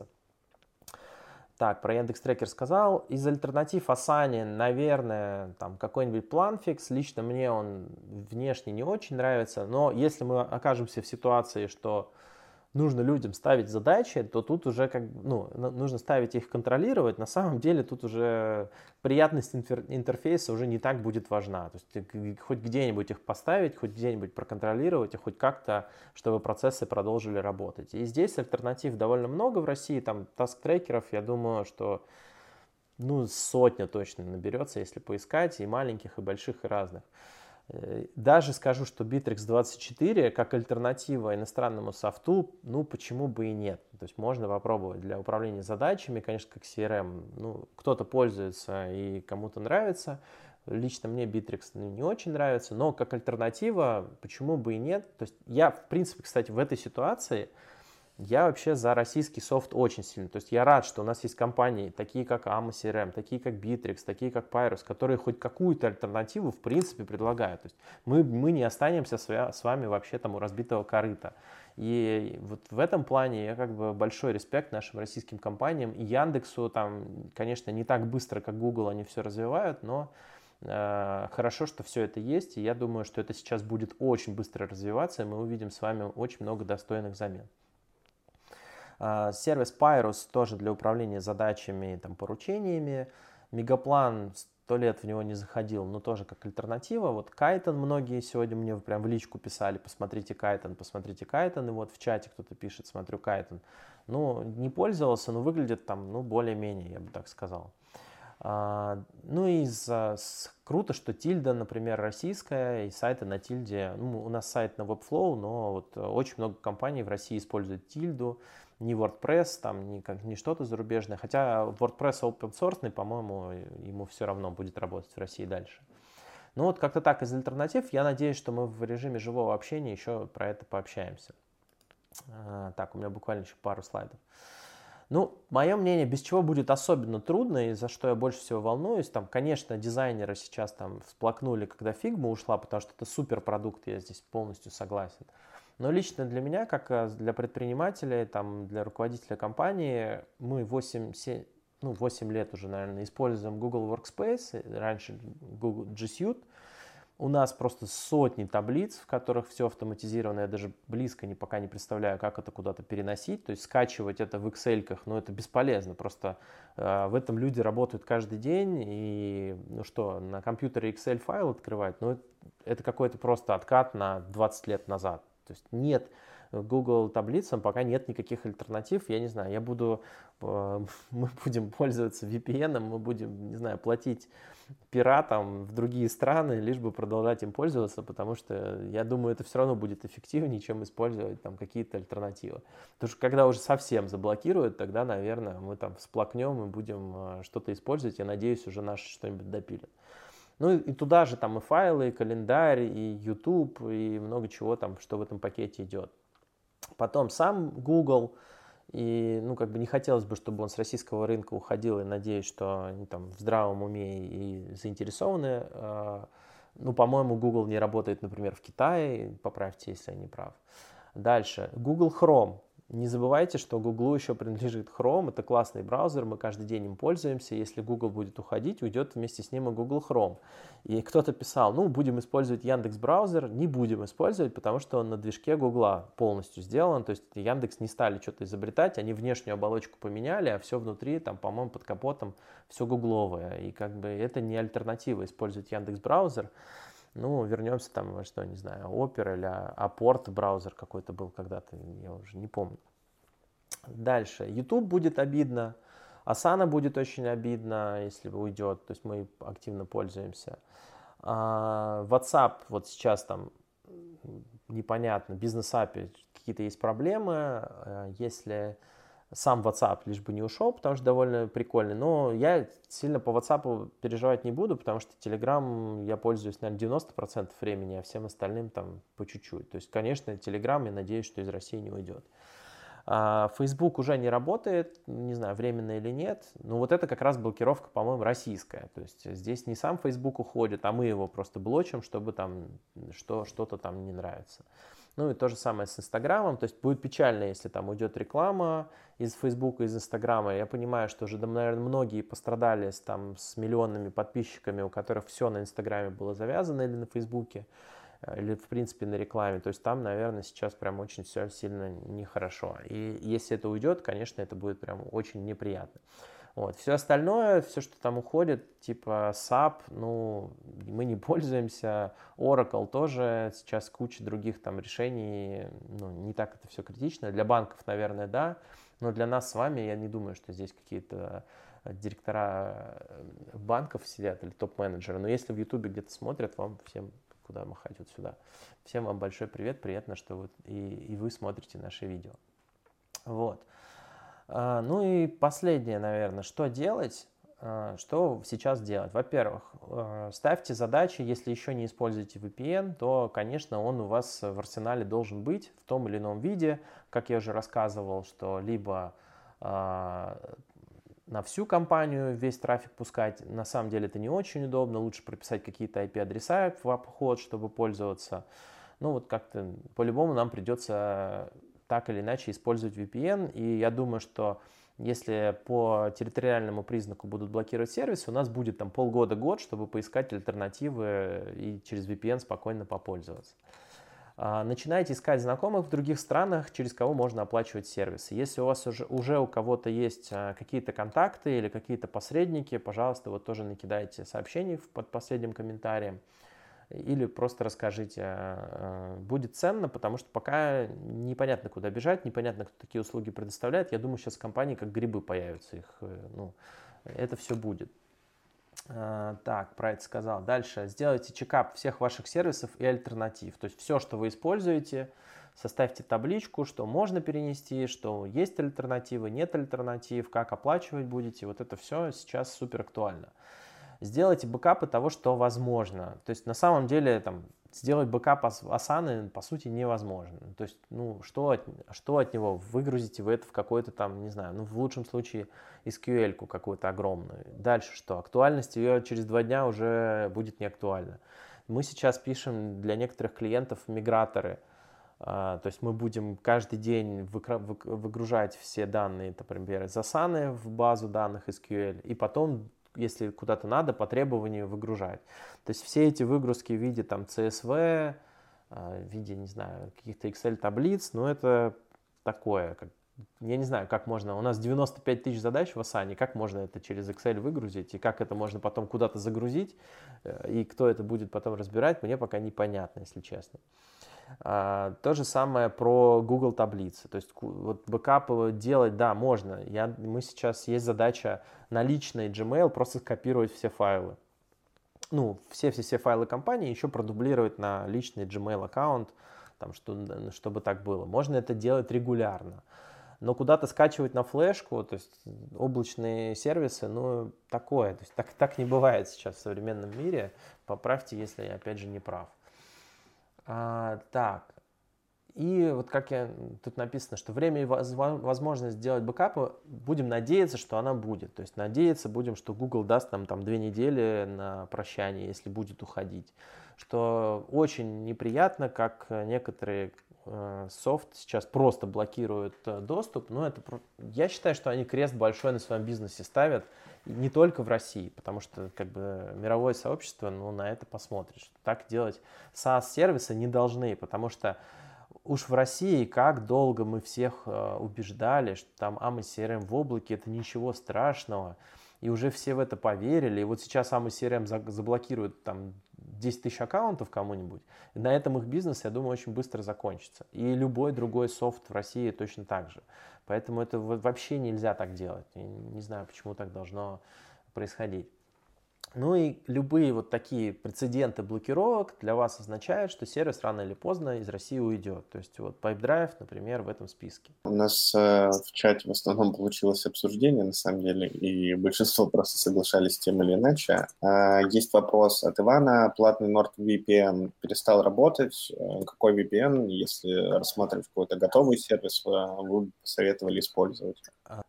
Так, про Яндекс.Трекер сказал. Из альтернатив Asana, наверное, там какой-нибудь PlanFix. Лично мне он внешне не очень нравится, но если мы окажемся в ситуации, что нужно людям ставить задачи, то тут уже как, ну, нужно ставить их контролировать. На самом деле тут уже приятность интерфейса уже не так будет важна. То есть хоть где-нибудь их поставить, хоть где-нибудь проконтролировать, и хоть как-то, чтобы процессы продолжили работать. И здесь альтернатив довольно много в России. Там таск-трекеров, я думаю, что ну, сотня точно наберется, если поискать, и маленьких, и больших, и разных. Даже скажу, что Bittrex двадцать четыре как альтернатива иностранному софту, ну почему бы и нет. То есть можно попробовать для управления задачами, конечно, как си эр эм. Ну, кто-то пользуется и кому-то нравится. Лично мне Bittrex не очень нравится, но как альтернатива, почему бы и нет. То есть я, в принципе, кстати, в этой ситуации я вообще за российский софт очень сильно. То есть я рад, что у нас есть компании, такие как эй эй эм си эр эм, такие как Bittrex, такие как Pyrus, которые хоть какую-то альтернативу в принципе предлагают. То есть мы, мы не останемся с вами вообще там у разбитого корыта. И вот в этом плане я как бы большой респект нашим российским компаниям. И Яндексу там, конечно, не так быстро, как Google они все развивают, но э, хорошо, что все это есть. И я думаю, что это сейчас будет очень быстро развиваться, и мы увидим с вами очень много достойных замен. Сервис Pyrus тоже для управления задачами, там, поручениями. Мегаплан сто лет в него не заходил, но тоже как альтернатива. Вот Kaiton многие сегодня мне прям в личку писали, посмотрите Kaiton, посмотрите Kaiton. И вот в чате кто-то пишет, смотрю Kaiton. Ну, не пользовался, но выглядит там, ну, более-менее, я бы так сказал. А, ну и за, с, круто, что Тильда, например, российская, и сайты на Тильде. Ну, у нас сайт на Webflow, но вот очень много компаний в России используют Тильду. Не WordPress, там, не, как, не что-то зарубежное. Хотя WordPress open source, по-моему, ему все равно будет работать в России дальше. Ну вот как-то так из альтернатив. Я надеюсь, что мы в режиме живого общения еще про это пообщаемся. А, так, у меня буквально еще пару слайдов. Ну, мое мнение, без чего будет особенно трудно, и за что я больше всего волнуюсь, там, конечно, дизайнеры сейчас там всплакнули, когда Figma ушла, потому что это супер продукт, я здесь полностью согласен. Но лично для меня, как для предпринимателя, там, для руководителя компании, мы восемь, семь, ну, восемь лет уже, наверное, используем Google Workspace, раньше Google G Suite. У нас просто сотни таблиц, в которых все автоматизировано. Я даже близко не, пока не представляю, как это куда-то переносить. То есть скачивать это в Excel-ках, ну это бесполезно. Просто э, в этом люди работают каждый день. И ну что, на компьютере Excel файл открывать, ну это, это какой-то просто откат на двадцать лет назад. То есть нет Google таблицам, пока нет никаких альтернатив. Я не знаю, я буду, э, мы будем пользоваться ви пи эн, мы будем, не знаю, платить пиратам в другие страны, лишь бы продолжать им пользоваться, потому что я думаю, это все равно будет эффективнее, чем использовать там какие-то альтернативы. Потому что когда уже совсем заблокируют, тогда, наверное, мы там всплакнем и будем что-то использовать. Я надеюсь, уже наши что-нибудь допилят. Ну и туда же там и файлы, и календарь, и YouTube, и много чего там, что в этом пакете идет. Потом сам Google. И, ну, как бы не хотелось бы, чтобы он с российского рынка уходил, и надеюсь, что они там в здравом уме и заинтересованы. Ну, по-моему, Google не работает, например, в Китае, поправьте, если я не прав. Дальше, Google Chrome. Не забывайте, что Google еще принадлежит Chrome, это классный браузер, мы каждый день им пользуемся, если Google будет уходить, уйдет вместе с ним и Google Chrome. И кто-то писал, ну, будем использовать Яндекс браузер, не будем использовать, потому что он на движке Google полностью сделан, то есть Яндекс не стали что-то изобретать, они внешнюю оболочку поменяли, а все внутри, там, по-моему, под капотом все гугловое, и как бы это не альтернатива использовать Яндекс браузер. Ну, вернемся там, во что, не знаю, Opera или Апорт браузер какой-то был когда-то, я уже не помню. Дальше. YouTube будет обидно, Asana будет очень обидно, если уйдет, то есть мы активно пользуемся. WhatsApp вот сейчас там непонятно, бизнес-эй пи ай какие-то есть проблемы, если сам WhatsApp лишь бы не ушел, потому что довольно прикольный. Но я сильно по WhatsApp переживать не буду, потому что Telegram я пользуюсь, наверное, девяносто процентов времени, а всем остальным там по чуть-чуть. То есть, конечно, Telegram, я надеюсь, что из России не уйдет. А Facebook уже не работает, не знаю, временно или нет. Но вот это как раз блокировка, по-моему, российская. То есть здесь не сам Facebook уходит, а мы его просто блочим, чтобы там что, что-то там не нравится. Ну и то же самое с Инстаграмом, то есть будет печально, если там уйдет реклама из Фейсбука, из Инстаграма. Я понимаю, что уже, наверное, многие пострадали с, там, с миллионными подписчиками, у которых все на Инстаграме было завязано или на Фейсбуке, или в принципе на рекламе. То есть там, наверное, сейчас прям очень все сильно нехорошо. И если это уйдет, конечно, это будет прям очень неприятно. Вот. Все остальное, все, что там уходит, типа сап, ну, мы не пользуемся, Oracle тоже, сейчас куча других там решений, ну, не так это все критично. Для банков, наверное, да, но для нас с вами, я не думаю, что здесь какие-то директора банков сидят или топ-менеджеры, но если в Ютубе где-то смотрят, вам всем куда махать, вот сюда. Всем вам большой привет, приятно, что вы и, и вы смотрите наши видео. Вот. Ну и последнее, наверное, что делать, что сейчас делать? Во-первых, ставьте задачи, если еще не используете ви пи эн, то, конечно, он у вас в арсенале должен быть в том или ином виде, как я уже рассказывал, что либо на всю компанию весь трафик пускать, на самом деле это не очень удобно, лучше прописать какие-то ай пи-адреса в обход, чтобы пользоваться. Ну вот как-то по-любому нам придется так или иначе использовать ви пи эн, и я думаю, что если по территориальному признаку будут блокировать сервисы, у нас будет там полгода-год, чтобы поискать альтернативы и через ви пи эн спокойно попользоваться. Начинайте искать знакомых в других странах, через кого можно оплачивать сервисы. Если у вас уже, уже у кого-то есть какие-то контакты или какие-то посредники, пожалуйста, вот тоже накидайте сообщений под последним комментарием или просто расскажите. Будет ценно, потому что пока непонятно, куда бежать, непонятно, кто такие услуги предоставляет. Я думаю, сейчас компании как грибы появятся. Их, ну, это все будет. Так, про это сказал. Дальше. Сделайте чекап всех ваших сервисов и альтернатив. То есть все, что вы используете, составьте табличку, что можно перенести, что есть альтернативы, нет альтернатив, как оплачивать будете. Вот это все сейчас супер актуально. Сделайте бэкапы того, что возможно. То есть на самом деле там, сделать бэкап Asana по сути невозможно. То есть ну, что, от, что от него? Выгрузите вы это в какой-то там, не знаю, ну в лучшем случае эс кью эль-ку какую-то огромную. Дальше что? Актуальность ее через два дня уже будет не актуальна. Мы сейчас пишем для некоторых клиентов миграторы. То есть мы будем каждый день выгружать все данные, например, из Asana в базу данных эс кью эль, и потом если куда-то надо, по требованию выгружать. То есть все эти выгрузки в виде там си эс ви, в виде, не знаю, каких-то Excel-таблиц, ну это такое, как, я не знаю, как можно, у нас девяносто пять тысяч задач в Asana, как можно это через Excel выгрузить, и как это можно потом куда-то загрузить, и кто это будет потом разбирать, мне пока непонятно, если честно. А, то же самое про Google таблицы. То есть вот бэкапы делать, да, можно. Я, мы сейчас есть задача на личный Gmail просто скопировать все файлы. Ну, все-все-все файлы компании еще продублировать на личный Gmail аккаунт, там, что, чтобы так было. Можно это делать регулярно. Но куда-то скачивать на флешку, то есть облачные сервисы, ну, такое. То есть так, так не бывает сейчас в современном мире. Поправьте, если я, опять же, не прав. А, так, и вот как я, тут написано, что время и возможность сделать бэкапы, будем надеяться, что она будет. То есть надеяться будем, что Google даст нам там две недели на прощание, если будет уходить. Что очень неприятно, как некоторые э, софт сейчас просто блокируют э, доступ. Но это, я считаю, что они крест большой на своем бизнесе ставят. Не только в России, потому что как бы мировое сообщество ну, на это посмотрит. Что так делать SaaS-сервисы не должны, потому что уж в России как долго мы всех э, убеждали, что там эй эм эс си ар эм в облаке это ничего страшного, и уже все в это поверили, и вот сейчас эй эм эс си ар эм за, заблокирует там десять тысяч аккаунтов кому-нибудь, и на этом их бизнес, я думаю, очень быстро закончится. И любой другой софт в России точно так же. Поэтому это вообще нельзя так делать. Я не знаю, почему так должно происходить. Ну и любые вот такие прецеденты блокировок для вас означают, что сервис рано или поздно из России уйдет. То есть вот Pipedrive, например, в этом списке. У нас э, в чате в основном получилось обсуждение, на самом деле, и большинство просто соглашались с тем или иначе. Э, есть вопрос от Ивана. Платный NordVPN перестал работать. Э, какой ви пи эн, если рассматривать какой-то готовый сервис, вы бы посоветовали использовать?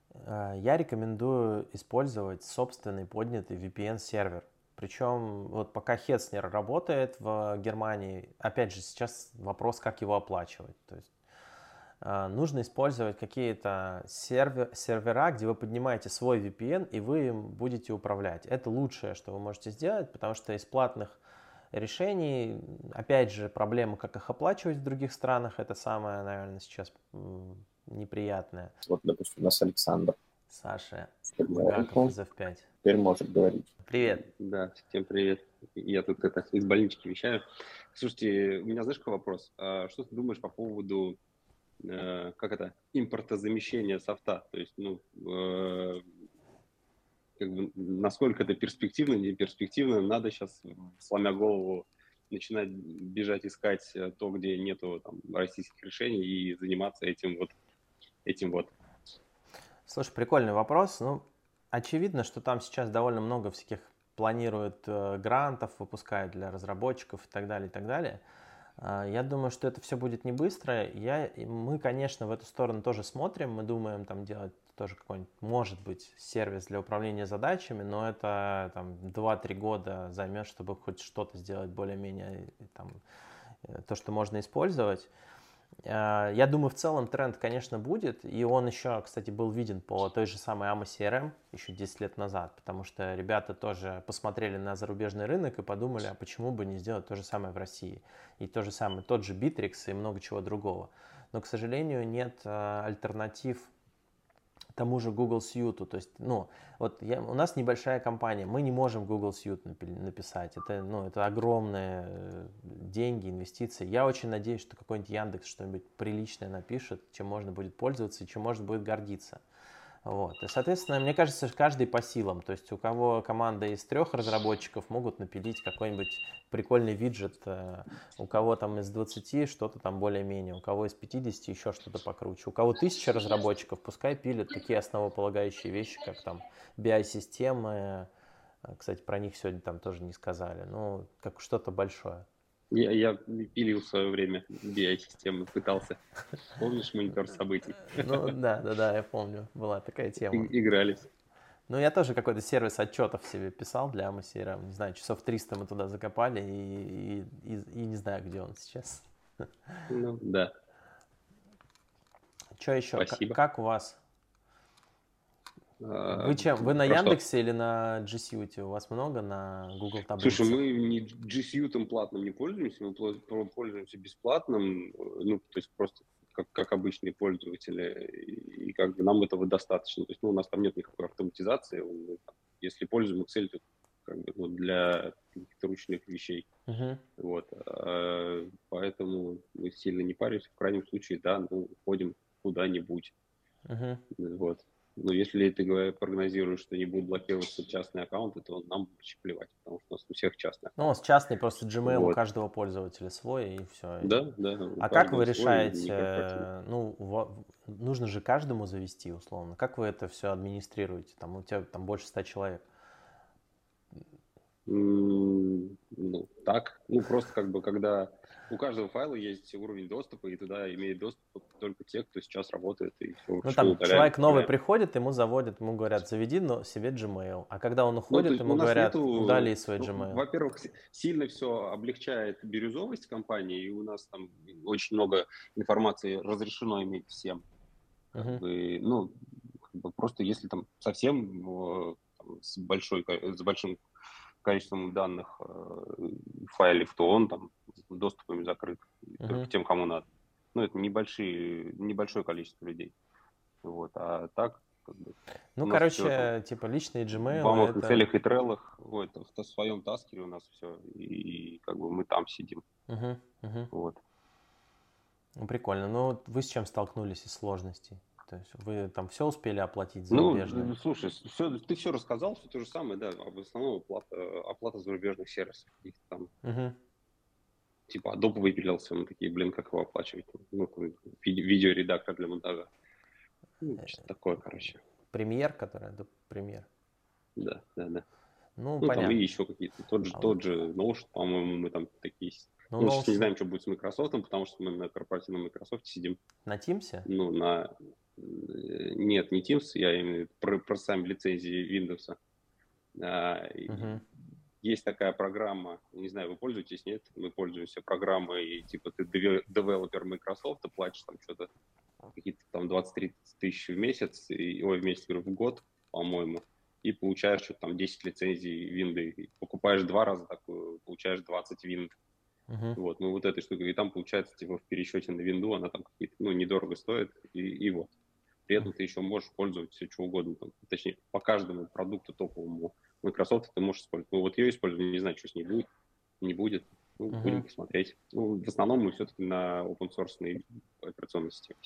Я рекомендую использовать собственный поднятый ви пи эн-сервер. Причем вот пока Hetzner работает в Германии, опять же, сейчас вопрос, как его оплачивать. То есть э, нужно использовать какие-то сервер, сервера, где вы поднимаете свой ви пи эн и вы им будете управлять. Это лучшее, что вы можете сделать, потому что из платных решений, опять же, проблема, как их оплачивать в других странах, это самое, наверное, сейчас неприятное. Вот, допустим, у нас Александр. Саша Багаков из эф пять. Теперь может говорить. Привет. Да, всем привет. Я тут это, из больнички вещаю. Слушайте, у меня, знаешь, какой вопрос? А что ты думаешь по поводу, э, как это, импортозамещения софта? То есть, ну, э, как бы, насколько это перспективно, не перспективно, надо сейчас, сломя голову, начинать бежать искать то, где нету там российских решений, и заниматься этим вот, этим вот. Слушай, прикольный вопрос. Ну, очевидно, что там сейчас довольно много всяких планируют э, грантов, выпускают для разработчиков и так далее, и так далее. Э, я думаю, что это все будет не быстро. Я, мы, конечно, в эту сторону тоже смотрим. Мы думаем там делать тоже какой-нибудь, может быть, сервис для управления задачами, но это там два-три года займет, чтобы хоть что-то сделать более-менее там, то, что можно использовать. Я думаю, в целом тренд, конечно, будет, и он еще, кстати, был виден по той же самой эй эм о си эр эм еще десять лет назад, потому что ребята тоже посмотрели на зарубежный рынок и подумали, а почему бы не сделать то же самое в России. И то же самое, тот же Bittrex и много чего другого. Но, к сожалению, нет альтернатив тому же Google Suite. То есть, ну, вот я, у нас небольшая компания, мы не можем Google Suite написать. Это, ну, это огромные деньги, инвестиции. Я очень надеюсь, что какой-нибудь Яндекс что-нибудь приличное напишет, чем можно будет пользоваться и чем можно будет гордиться. Вот. И, соответственно, мне кажется, каждый по силам. То есть у кого команда из трех разработчиков, могут напилить какой-нибудь прикольный виджет, у кого там из двадцати что-то там более-менее, у кого из пятидесяти еще что-то покруче. У кого тысяча разработчиков, пускай пилят такие основополагающие вещи, как там би ай-системы. Кстати, про них сегодня там тоже не сказали. Ну, как что-то большое. Я, я пилил в свое время би ай-системы, пытался. Помнишь монитор событий? Ну, да, да, да, я помню, была такая тема. И, игрались. Ну, я тоже какой-то сервис отчетов себе писал для эй эм о си эр эм. Не знаю, часов триста мы туда закопали, и, и, и, и не знаю, где он сейчас. Ну, да. Что еще? Спасибо. Как, как у вас? Вы, чем, вы на Про Яндексе что? или на G Suite? У вас много на Google таблицах? Слушай, мы не G Suite платным не пользуемся, мы пользуемся бесплатным, ну, то есть просто как, как обычные пользователи, и, и как бы нам этого достаточно. То есть, ну, у нас там нет никакой автоматизации. Мы, там, если пользуем Excel, то как бы, ну, для каких-то ручных вещей. Uh-huh. Вот. А, поэтому мы сильно не паримся. В крайнем случае, да, ну, ходим куда-нибудь. Uh-huh. Вот. Но если ты прогнозируешь, что не будут блокироваться частные аккаунты, то нам вообще плевать, потому что у нас у всех частные аккаунты. Ну, у нас частный, просто Gmail вот. у каждого пользователя свой, и все. Да, да. А как вы решаете, ну, нужно же каждому завести, условно, как вы это все администрируете? Там у тебя там больше ста человек. Mm, ну, так, ну, просто как бы, когда у каждого файла есть уровень доступа, и туда имеет доступ только те, кто сейчас работает, и все. Ну, там человек новый приходит, ему заводят, ему говорят, заведи но себе Gmail, а когда он уходит, ну, ему говорят, нету, удали свой Gmail. Ну, во-первых, сильно все облегчает бирюзовость компании, и у нас там очень много информации разрешено иметь всем. Как uh-huh. бы, ну, как бы просто если там совсем там, с, большой, с большим количеством данных э, файлов, то он там доступами закрыт uh-huh. только тем, кому надо. Ну, это небольшие, небольшое количество людей. Вот, а так, как бы, ну, короче, все, типа личный Gmail. В бамовых это... целях и треллах, вот, в своем таскере у нас все, и, и как бы мы там сидим. Uh-huh. Uh-huh. Вот. Ну, прикольно. Ну, вы с чем столкнулись из сложностей? То есть вы там все успели оплатить зарубежное? Ну, слушай, все, ты все рассказал, все то же самое, да, в основном оплата, оплата зарубежных сервисов. Их там, угу. Типа Adobe выпилился, мы такие, блин, как его оплачивать? Ну, виде, видеоредактор для монтажа. Ну, что-то такое, короче. Премьер, который, да, премьер. Да, да, да. Ну, ну понятно. Там и еще какие-то, тот же, а тот же Notion, по-моему, мы там такие... Ну, мы сейчас не знаем, что будет с Microsoft, потому что мы на корпоративном Microsoft сидим. На Teams? Ну, на... Нет, не Teams, я имею в виду про, про сами лицензии Windows. А, uh-huh. Есть такая программа, не знаю, вы пользуетесь, нет? Мы пользуемся программой, типа ты девелопер Microsoft, ты платишь там что-то, какие-то там двадцать-тридцать тысяч в месяц, и, ой, в месяц, говорю, в год, по-моему, и получаешь что-то там десять лицензий винды. Покупаешь два раза такую, получаешь двадцать винд. Uh-huh. Вот, ну вот этой штукой, и там получается, типа, в пересчете на винду она там какие-то, ну, недорого стоит, и, и вот. При этом uh-huh. ты еще можешь пользоваться все, что угодно, там, точнее, по каждому продукту топовому Microsoft ты можешь использовать. Ну, вот ее использую, не знаю, что с ней будет, не будет, ну, uh-huh. будем посмотреть. Ну, в основном мы все-таки на open-source операционной системе.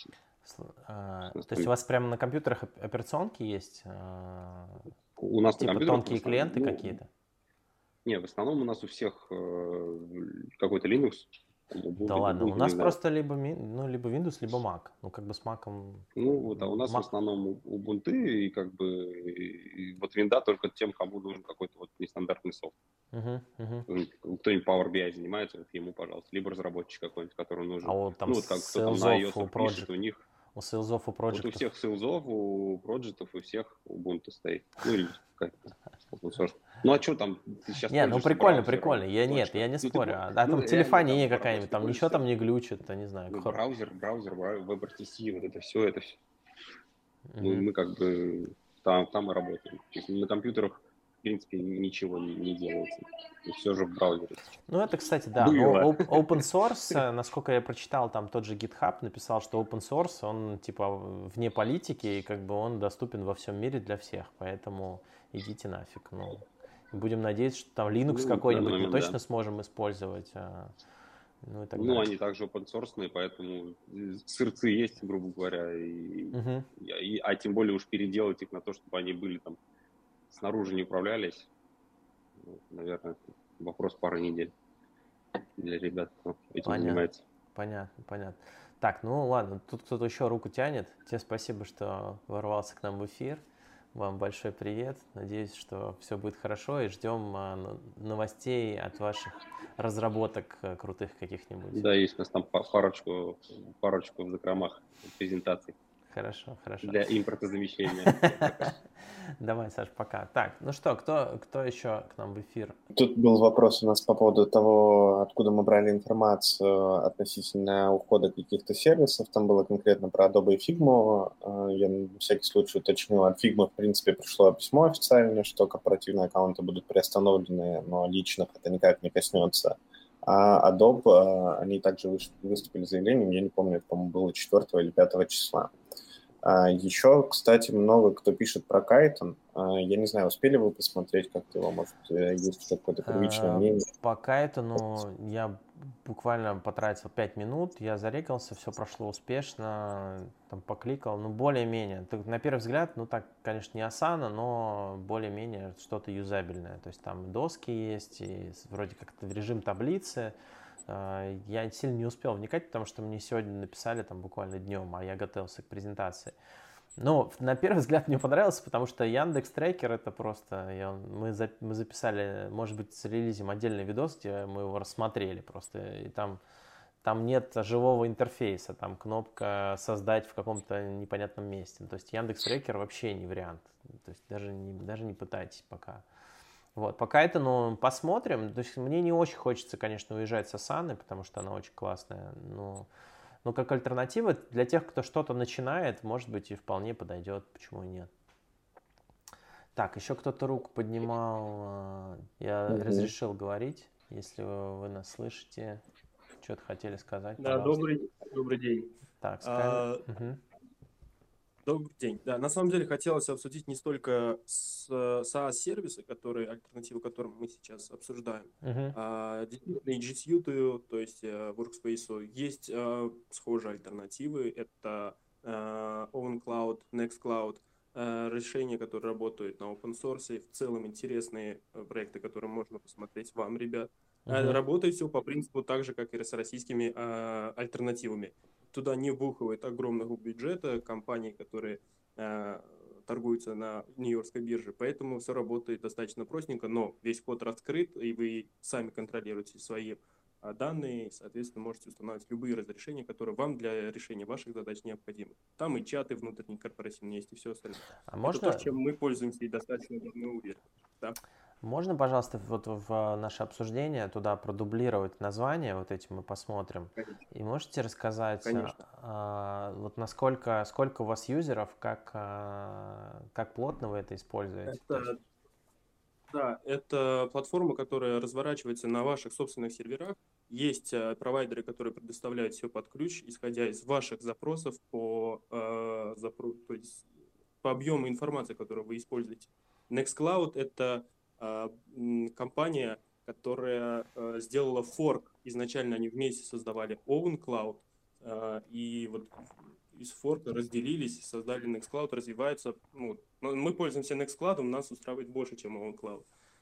А, то есть у вас прямо на компьютерах операционки есть? А, у нас типа на тонкие клиенты ну, какие-то? Не, в основном у нас у всех э, какой-то Linux, Ubuntu, Да ладно, у Ubuntu, не нас знаю. просто либо, ми- ну, либо Windows, либо Mac. Ну, как бы с Mac. Ну вот, а у нас в основном Ubuntu, и как бы и вот винда только тем, кому нужен какой-то вот нестандартный софт. Угу, угу. Кто-нибудь Power би ай занимается, вот ему, пожалуйста. Либо разработчик какой-нибудь, который нужен. А вот там Ну вот как кто там на Salesforce, у iOS пишет, Project, у них... у Salesforce, у Вот у проектов. всех сейлзов, у проектов, у всех Ubuntu стоит. Ну или какая-то open source. Ну а что там, ты сейчас Не, ну пользуешься прикольно, браузером, прикольно. Я нет, точка. я не Ну, ты спорю. по- А, а ну, там реально, телефония там какая-нибудь, по там работе ничего там не пользуешься. глючит, я не знаю. Ну, хор- браузер, браузер, WebRTC, вот это все, это все. Мы, Мгм. мы как бы там, там и работаем. То есть на компьютерах, в принципе, ничего не, не делается. И все же в браузере сейчас. Ну, это, кстати, да. Но Было. оп- open source, э, насколько я прочитал, там тот же GitHub написал, что open source, он типа вне политики, и как бы он доступен во всем мире для всех. Поэтому идите нафиг. Ну, будем надеяться, что там Linux Ну, на данный какой-нибудь мы момент, точно да. сможем использовать. а, Ну и так Ну, далее. они также open source, поэтому сырцы есть, грубо говоря, и, Мгм. и- а тем более уж переделать их на то, чтобы они были там снаружи не управлялись. Ну, наверное, это вопрос пары недель для ребят, кто этим Понятно. занимается. Понятно, понятно. Так, ну ладно, тут кто-то еще руку тянет. Тебе спасибо, что ворвался к нам в эфир. Вам большой привет. Надеюсь, что все будет хорошо, и ждем а, но- новостей от ваших разработок а, крутых каких-нибудь. Да, есть у нас там па- парочку, парочку в закромах презентаций Хорошо, хорошо. для импортозамещения. Всем пока. Давай, Саш, пока. Так, ну что, кто, кто еще к нам в эфир? Тут был вопрос у нас по поводу того, откуда мы брали информацию относительно ухода каких-то сервисов. Там было конкретно про Adobe и Figma. Э, Я на всякий случай уточню, от Figma, в принципе, пришло письмо официальное, что корпоративные аккаунты будут приостановлены, но личных это никак не коснется. А Adobe, э, они также выш- выступили с заявлением, я не помню, это, по-моему, было четвёртого или пятого числа. А, Еще, кстати, много кто пишет про Кайтон. А, Я не знаю, успели вы посмотреть как-то его? Может, э, есть уже какое-то первичное Э, мнение? Пока это, ну, я буквально потратил пять минут, я зарегался, все прошло успешно, там покликал, ну, более-менее. Так, на первый взгляд, ну, так, конечно, не Asana, но более-менее что-то юзабельное. То есть там доски есть, и с- вроде как-то режим таблицы. Э, Я сильно не успел вникать, потому что мне сегодня написали там буквально днем, а я готовился к презентации. Ну, на первый взгляд мне понравился, потому что Яндекс Трекер это просто... я- мы, за- мы записали, может быть, с релизом отдельный видос, где мы его рассмотрели просто. И там, там нет живого интерфейса, там кнопка «Создать» в каком-то непонятном месте. То есть Яндекс Трекер вообще не вариант. То есть даже не, даже не пытайтесь пока. Вот, пока это, ну, посмотрим. То есть мне не очень хочется, конечно, уезжать с Асаны, потому что она очень классная. Но, но как альтернатива для тех, кто что-то начинает, может быть, и вполне подойдет. Почему и нет? Так, еще кто-то руку поднимал. а, Я Мгм. разрешил говорить. Если вы, вы нас слышите, что-то хотели сказать, Да, пожалуйста. добрый, добрый день. Так, с А, камер- Мгм. добрый день. Да, на самом деле хотелось обсудить не столько с, SaaS-сервисы, которые, альтернативу которым мы сейчас обсуждаем, Мгм. а действительно и G Suite, то есть э, Workspace, есть э, схожие альтернативы. Это э, OwnCloud, Nextcloud, э, решения, которые работают на open source, и в целом интересные э, проекты, которые можно посмотреть вам, ребят. Э, Мгм. Работает все по принципу так же, как и с российскими э, альтернативами. Туда не вбухивает огромного бюджета компаний, которые э, торгуются на Нью-Йоркской бирже, поэтому все работает достаточно простенько, но весь код раскрыт, и вы сами контролируете свои э, данные, и, соответственно, можете устанавливать любые разрешения, которые вам для решения ваших задач необходимы. Там и чаты внутренние корпоративные есть, и все остальное. А Это можно, то, чем мы пользуемся и достаточно давно уверены. Да? можно, пожалуйста, вот в наше обсуждение туда продублировать название, вот эти мы посмотрим. Конечно. И можете рассказать, Конечно. а, вот насколько, сколько у вас юзеров, как, а, как плотно вы это используете? То есть- Это, да, это платформа, которая разворачивается на ваших собственных серверах. Есть э, провайдеры, которые предоставляют все под ключ, исходя из ваших запросов по, э, запро- то есть по объему информации, которую вы используете. Nextcloud — это э, м, компания, которая э, сделала форк. Изначально они вместе создавали OwnCloud, э, и вот из форка разделились, создали Nextcloud, развивается. Ну, но мы пользуемся Nextcloud, нас устраивает больше, чем OwnCloud.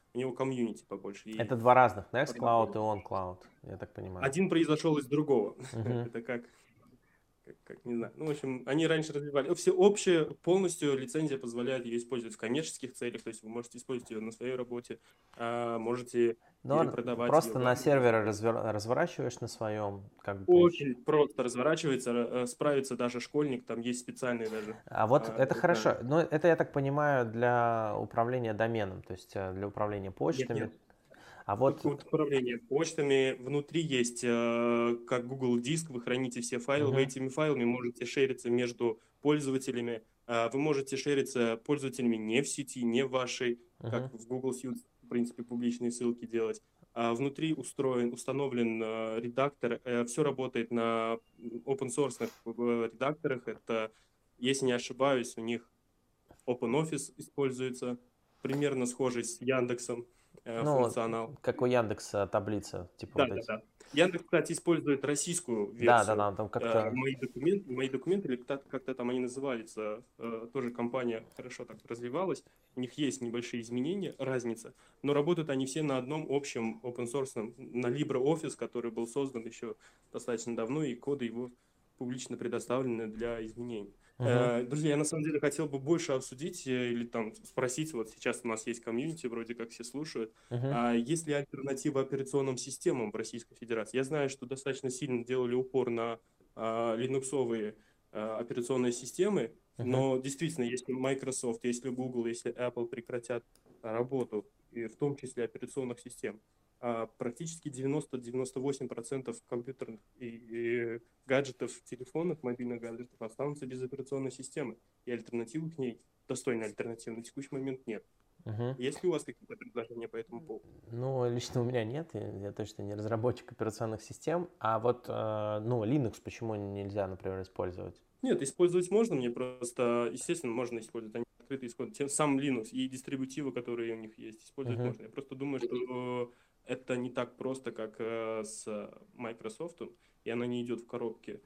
у него комьюнити побольше. И Это два разных, Nextcloud потом и OnCloud, я так понимаю. один произошел из другого. Мгм. Это как, как, как, не знаю. Ну, в общем, они раньше развивали. Все общее, полностью лицензия позволяет ее использовать в коммерческих целях, то есть вы можете использовать ее на своей работе, а можете Но перепродавать ее просто в на разных сервере условиях. развер- разворачиваешь на своем, как бы плече. Очень просто разворачивается, э, справится даже школьник, там есть специальные даже. А вот а, это это- хорошо. Но это, я так понимаю, для управления доменом, то есть э, для управления Нет, почтами. нет. А Вот вот... управление почтами, внутри есть э, как Google Диск, вы храните все файлы, вы Мгм. этими файлами можете шериться между пользователями, а вы можете шериться пользователями не в сети, не в вашей, Мгм. как в Google Suite, в принципе, публичные ссылки делать. А внутри устроен, установлен э, редактор, все работает на open source редакторах, это, если не ошибаюсь, у них OpenOffice используется, примерно схожий с Яндексом э, Ну, функционал. как у Яндекса таблица, типа Да, вот да, эти. да. Яндекс, кстати, использует российскую Да, да, версию. да, там Э, как-то... Мои документы, мои документы, или как- как-то там они называются, э, тоже компания хорошо так развивалась. У них есть небольшие изменения, разница, но работают они все на одном общем open source, на LibreOffice, который был создан еще достаточно давно, и коды его публично предоставлены для изменений. Мгм. Э, Друзья, я на самом деле хотел бы больше обсудить э, или там спросить, вот сейчас у нас есть комьюнити, вроде как все слушают, Мгм. а есть ли альтернатива операционным системам в Российской Федерации? Я знаю, что достаточно сильно делали упор на а, линуксовые а, операционные системы, Мгм. но действительно, если Microsoft, если Google, если Apple прекратят работу, и в том числе операционных систем, а, практически девяносто-девяносто восемь процентов компьютерных и, и гаджетов, телефонов, мобильных гаджетов останутся без операционной системы, и альтернативы к ней, достойной альтернативы на текущий момент нет. Мгм. Есть ли у вас какие-то предложения по этому поводу? Ну, лично у меня нет, я, я точно не разработчик операционных систем. А вот, э, ну, Linux почему нельзя, например, использовать? Нет, использовать можно, мне просто, естественно, можно использовать, они открыто используют. Тем- Сам Linux и дистрибутивы, которые у них есть, использовать Мгм. можно. Я просто думаю, что это не так просто, как э, с Microsoft, и она не идет в коробке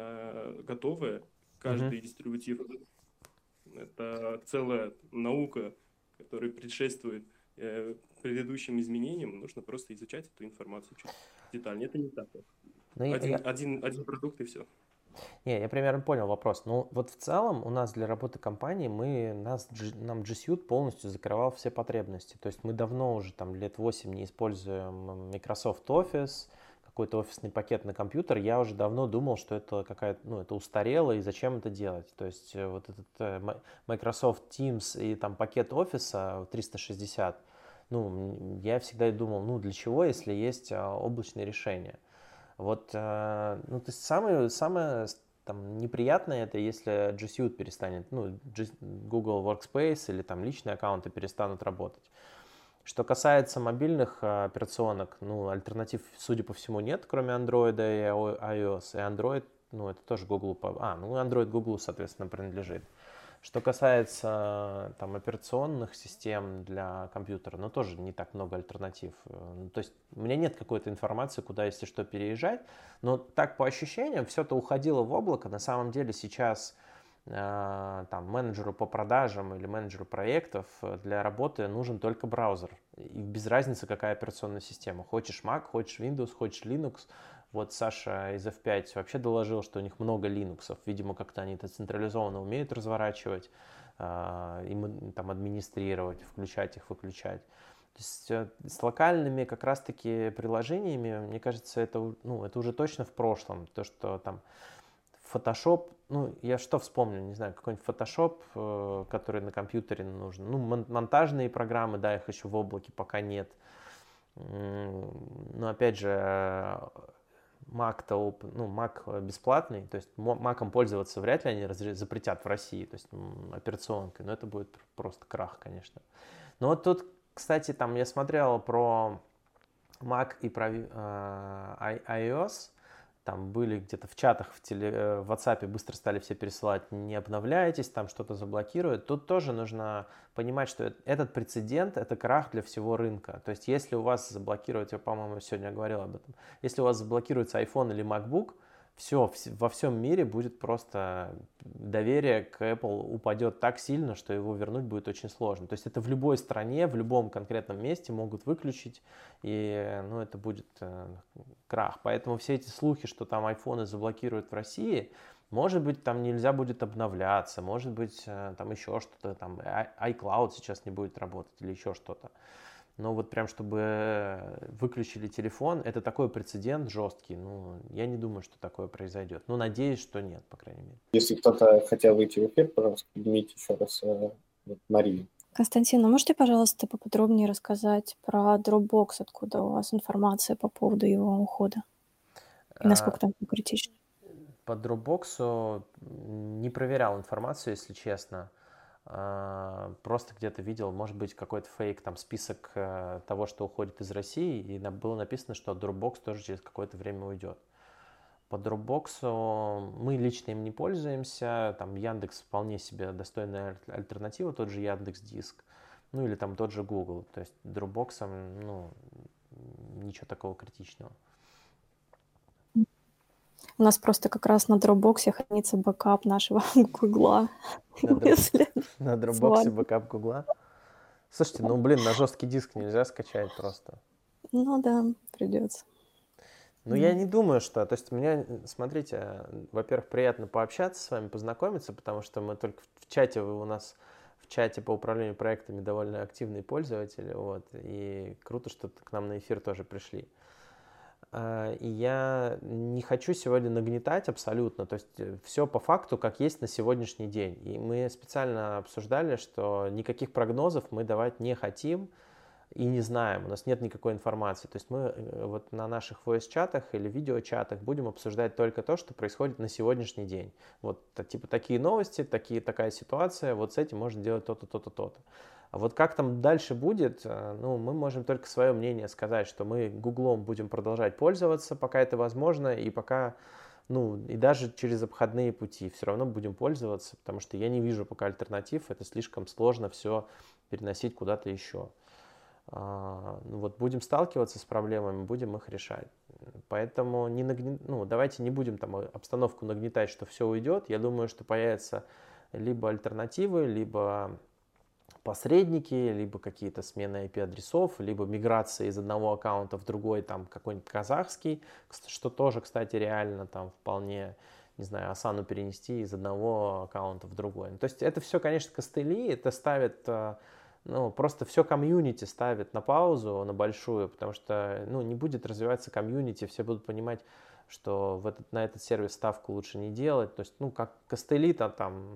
э, готовая. Мгм. Каждый дистрибутив– это целая наука, которая предшествует э, предыдущим изменениям. Нужно просто изучать эту информацию чуть детальнее. Это не так. Ну, я, Один, я- один, один продукт и все. не, я примерно понял вопрос. Ну, вот в целом у нас для работы компании мы, нас, G- нам G Suite полностью закрывал все потребности. То есть мы давно уже, там, лет восемь не используем Microsoft Office, какой-то офисный пакет на компьютер. Я уже давно думал, что это какая-то, ну, это устарело, и зачем это делать. То есть э, вот этот э, Mi- Microsoft Teams и там пакет офиса триста шестьдесят, ну, м, я всегда думал, ну, для чего, если есть а, облачные решения. Вот, э, ну, то есть самое, самое с- там, неприятное это если G Suite перестанет, ну, G- Google Workspace или там личные аккаунты перестанут работать. Что касается мобильных э, операционок, ну, альтернатив, судя по всему, нет, кроме Android и iOS. И Android, ну, это тоже Google, по- а, ну, Android Google, соответственно, принадлежит. Что касается там операционных систем для компьютера, ну тоже не так много альтернатив. Э, ну, то есть у меня нет какой-то информации, куда, если что, переезжать, но так по ощущениям все это уходило в облако. На самом деле сейчас э, там менеджеру по продажам или менеджеру проектов э, для работы нужен только браузер. И без разницы, какая операционная система. Хочешь Mac, хочешь Windows, хочешь Linux. Вот Саша из эф пять вообще доложил, что у них много линуксов. Видимо, как-то они это централизованно умеют разворачивать, э, им там администрировать, включать их, выключать. То есть э, с локальными как раз-таки приложениями, мне кажется, это, у- ну, это уже точно в прошлом. То, что там Photoshop, ну, я что вспомню, не знаю, какой-нибудь Photoshop, э, который на компьютере нужен. Ну, мон- монтажные программы, да, их еще в облаке пока нет. М, Но опять же, э, Mac-то, оп- ну, Mac бесплатный, то есть мо- Mac'ом пользоваться вряд ли они разре- запретят в России, то есть м, операционкой, но это будет пр- просто крах, конечно. Но вот тут, кстати, там я смотрел про Mac и про э, i- iOS, там были где-то в чатах в, теле, э, в WhatsApp быстро стали все пересылать, не обновляйтесь, там что-то заблокируют. Тут тоже нужно понимать, что э- этот прецедент– это крах для всего рынка. То есть если у вас заблокируют, я, по-моему, сегодня говорил об этом, если у вас заблокируется iPhone или MacBook, все, во всем мире будет просто доверие к Apple упадет так сильно, что его вернуть будет очень сложно. То есть это в любой стране, в любом конкретном месте могут выключить, и ну, это будет э, крах. Поэтому все эти слухи, что там айфоны заблокируют в России, может быть, там нельзя будет обновляться, может быть, э, там еще что-то, там iCloud сейчас не будет работать или еще что-то. Но вот прям, чтобы выключили телефон, это такой прецедент жесткий. Ну, я не думаю, что такое произойдет. Ну, надеюсь, что нет, по крайней мере. Если кто-то хотел выйти в эфир, пожалуйста, поднимите еще раз э, Марию. Константин, а можете, пожалуйста, поподробнее рассказать про Dropbox, откуда у вас информация по поводу его ухода? И насколько там критично? По Dropbox не проверял информацию, если честно. Просто где-то видел, может быть, какой-то фейк, там список того, что уходит из России, и было написано, что Dropbox тоже через какое-то время уйдет. По Dropbox мы лично им не пользуемся, там Яндекс вполне себе достойная альтернатива, тот же Яндекс.Диск, ну или там тот же Google, то есть Dropbox, ну, ничего такого критичного. У нас просто как раз на Dropbox хранится бэкап нашего Гугла. На, Если... на Dropbox бэкап Гугла? Слушайте, ну блин, на жесткий диск нельзя скачать просто. Ну да, придется. Ну я не думаю, что... То есть меня, смотрите, во-первых, приятно пообщаться с вами, познакомиться, потому что мы только в чате, вы у нас в чате по управлению проектами довольно активные пользователи, вот, и круто, что к нам на эфир тоже пришли. И я не хочу сегодня нагнетать абсолютно, то есть все по факту, как есть на сегодняшний день. И мы специально обсуждали, что никаких прогнозов мы давать не хотим и не знаем, у нас нет никакой информации. То есть мы вот на наших voice-чатах или видео-чатах будем обсуждать только то, что происходит на сегодняшний день. Вот типа такие новости, такие, такая ситуация, вот с этим можно делать то-то, то-то, то-то. А вот как там дальше будет, ну, мы можем только свое мнение сказать, что мы Гуглом будем продолжать пользоваться, пока это возможно, и пока, ну, и даже через обходные пути все равно будем пользоваться, потому что я не вижу пока альтернатив, это слишком сложно все переносить куда-то еще. Ну, вот будем сталкиваться с проблемами, будем их решать. Поэтому не нагне... ну, давайте не будем там обстановку нагнетать, что все уйдет. Я думаю, что появятся либо альтернативы, либо посредники, либо какие-то смены ай пи-адресов, либо миграция из одного аккаунта в другой, там какой-нибудь казахский, что тоже, кстати, реально там вполне, не знаю, Асану перенести из одного аккаунта в другой. То есть это все, конечно, костыли, это ставит, ну, просто все комьюнити ставит на паузу, на большую, потому что, ну, не будет развиваться комьюнити, все будут понимать, что в этот, на этот сервис ставку лучше не делать. То есть, ну, как костыли-то там,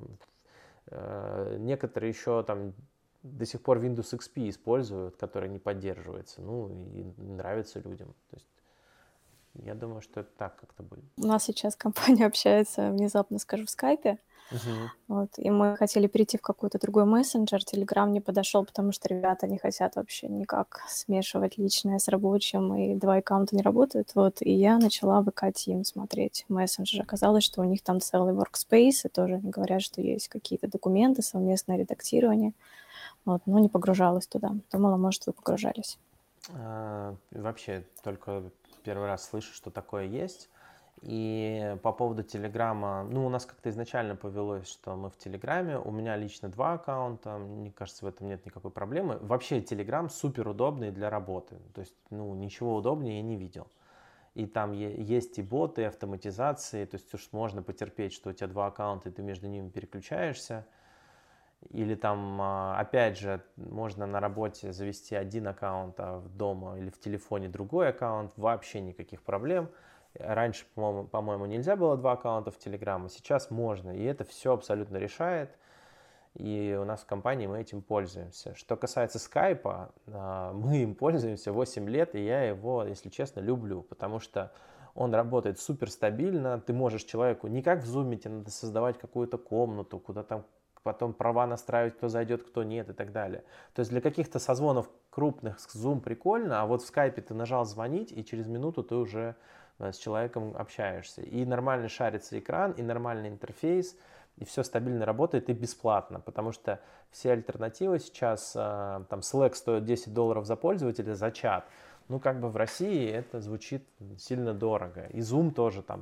э, некоторые еще там до сих пор Windows икс пи используют, который не поддерживается, ну, и нравится людям. То есть я думаю, что это так как-то будет. У нас сейчас компания общается, внезапно скажу, в скайпе. Uh-huh. Вот, и мы хотели перейти в какой-то другой мессенджер, Telegram не подошел, потому что ребята не хотят вообще никак смешивать личное с рабочим, и два аккаунта не работают. Вот, и я начала в ви кей Team смотреть мессенджер. Оказалось, что у них там целый workspace, и тоже они говорят, что есть какие-то документы, совместное редактирование. Вот, но не погружалась туда. Думала, может, вы погружались. А, вообще, только первый раз слышу, что такое есть. И по поводу Телеграма, ну, у нас как-то изначально повелось, что мы в Телеграме. У меня лично два аккаунта, мне кажется, в этом нет никакой проблемы. Вообще, Телеграм супер удобный для работы. То есть, ну, ничего удобнее я не видел. И там есть и боты, и автоматизации. То есть уж можно потерпеть, что у тебя два аккаунта, и ты между ними переключаешься. Или там, опять же, можно на работе завести один аккаунт, а дома или в телефоне другой аккаунт. Вообще никаких проблем. Раньше, по-моему, по-моему, нельзя было два аккаунта в Telegram, а сейчас можно. И это все абсолютно решает. И у нас в компании мы этим пользуемся. Что касается скайпа, мы им пользуемся восемь лет, и я его, если честно, люблю. Потому что он работает супер стабильно. Ты можешь человеку, не как в Zoom, тебе надо создавать какую-то комнату, куда там потом права настраивать, кто зайдет, кто нет и так далее. То есть для каких-то созвонов крупных Zoom прикольно, а вот в скайпе ты нажал звонить, и через минуту ты уже с человеком общаешься. И нормально шарится экран, и нормальный интерфейс, и все стабильно работает и бесплатно, потому что все альтернативы сейчас, там Slack стоит десять долларов за пользователя, за чат. Ну, как бы в России это звучит сильно дорого. И Zoom тоже там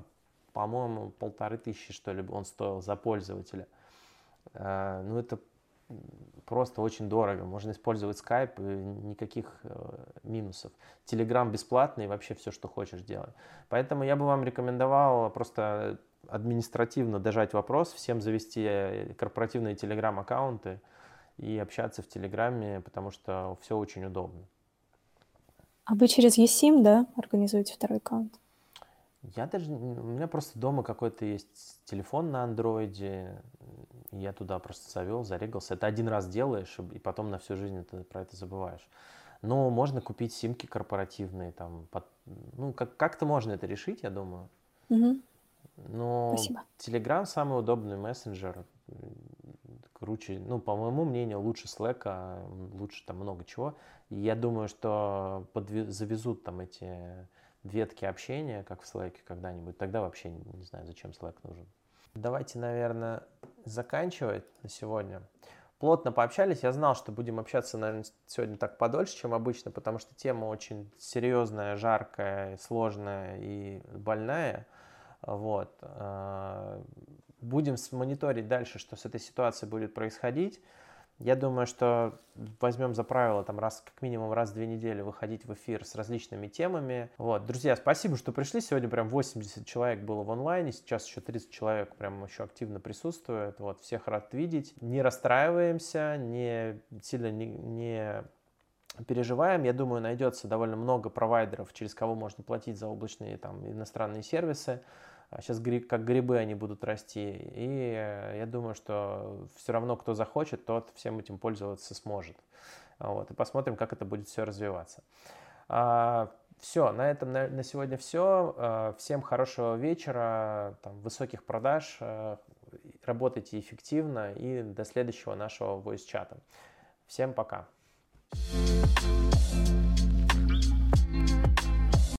по-моему, полторы тысячи, что ли, он стоил за пользователя. Ну, это просто очень дорого. Можно использовать Skype, и никаких минусов. Telegram бесплатный, и вообще все, что хочешь, делай. Поэтому я бы вам рекомендовал просто административно дожать вопрос, всем завести корпоративные Telegram-аккаунты и общаться в Телеграме, потому что все очень удобно. А вы через eSIM, да, организуете второй аккаунт? Я даже, у меня просто дома какой-то есть телефон на андроиде, я туда просто завел, зарегался. Это один раз делаешь, и потом на всю жизнь ты про это забываешь. Но можно купить симки корпоративные, там, под, ну, как- как-то можно это решить, я думаю. Угу. Но Спасибо. Telegram самый удобный мессенджер, круче, ну, по моему мнению, лучше Slack, лучше там много чего. И я думаю, что подве- завезут там эти ветки общения, как в Slack когда-нибудь, тогда вообще не знаю, зачем Slack нужен. Давайте, наверное, заканчивать на сегодня. Плотно пообщались. Я знал, что будем общаться, наверное, сегодня так подольше, чем обычно, потому что тема очень серьезная, жаркая, сложная и больная. Вот. Будем мониторить дальше, что с этой ситуацией будет происходить. Я думаю, что возьмем за правило там раз, как минимум раз в две недели выходить в эфир с различными темами. Вот, друзья, спасибо, что пришли. Сегодня прям восемьдесят человек было в онлайне, сейчас еще тридцать человек прям еще активно присутствует. Вот, всех рад видеть. Не расстраиваемся, не сильно не, не переживаем. Я думаю, найдется довольно много провайдеров, через кого можно платить за облачные там иностранные сервисы. Сейчас как грибы они будут расти, и я думаю, что все равно, кто захочет, тот всем этим пользоваться сможет. Вот, и посмотрим, как это будет все развиваться. Все, на этом на, на сегодня все. Всем хорошего вечера, там, высоких продаж, работайте эффективно и до следующего нашего voice-чата. Всем пока.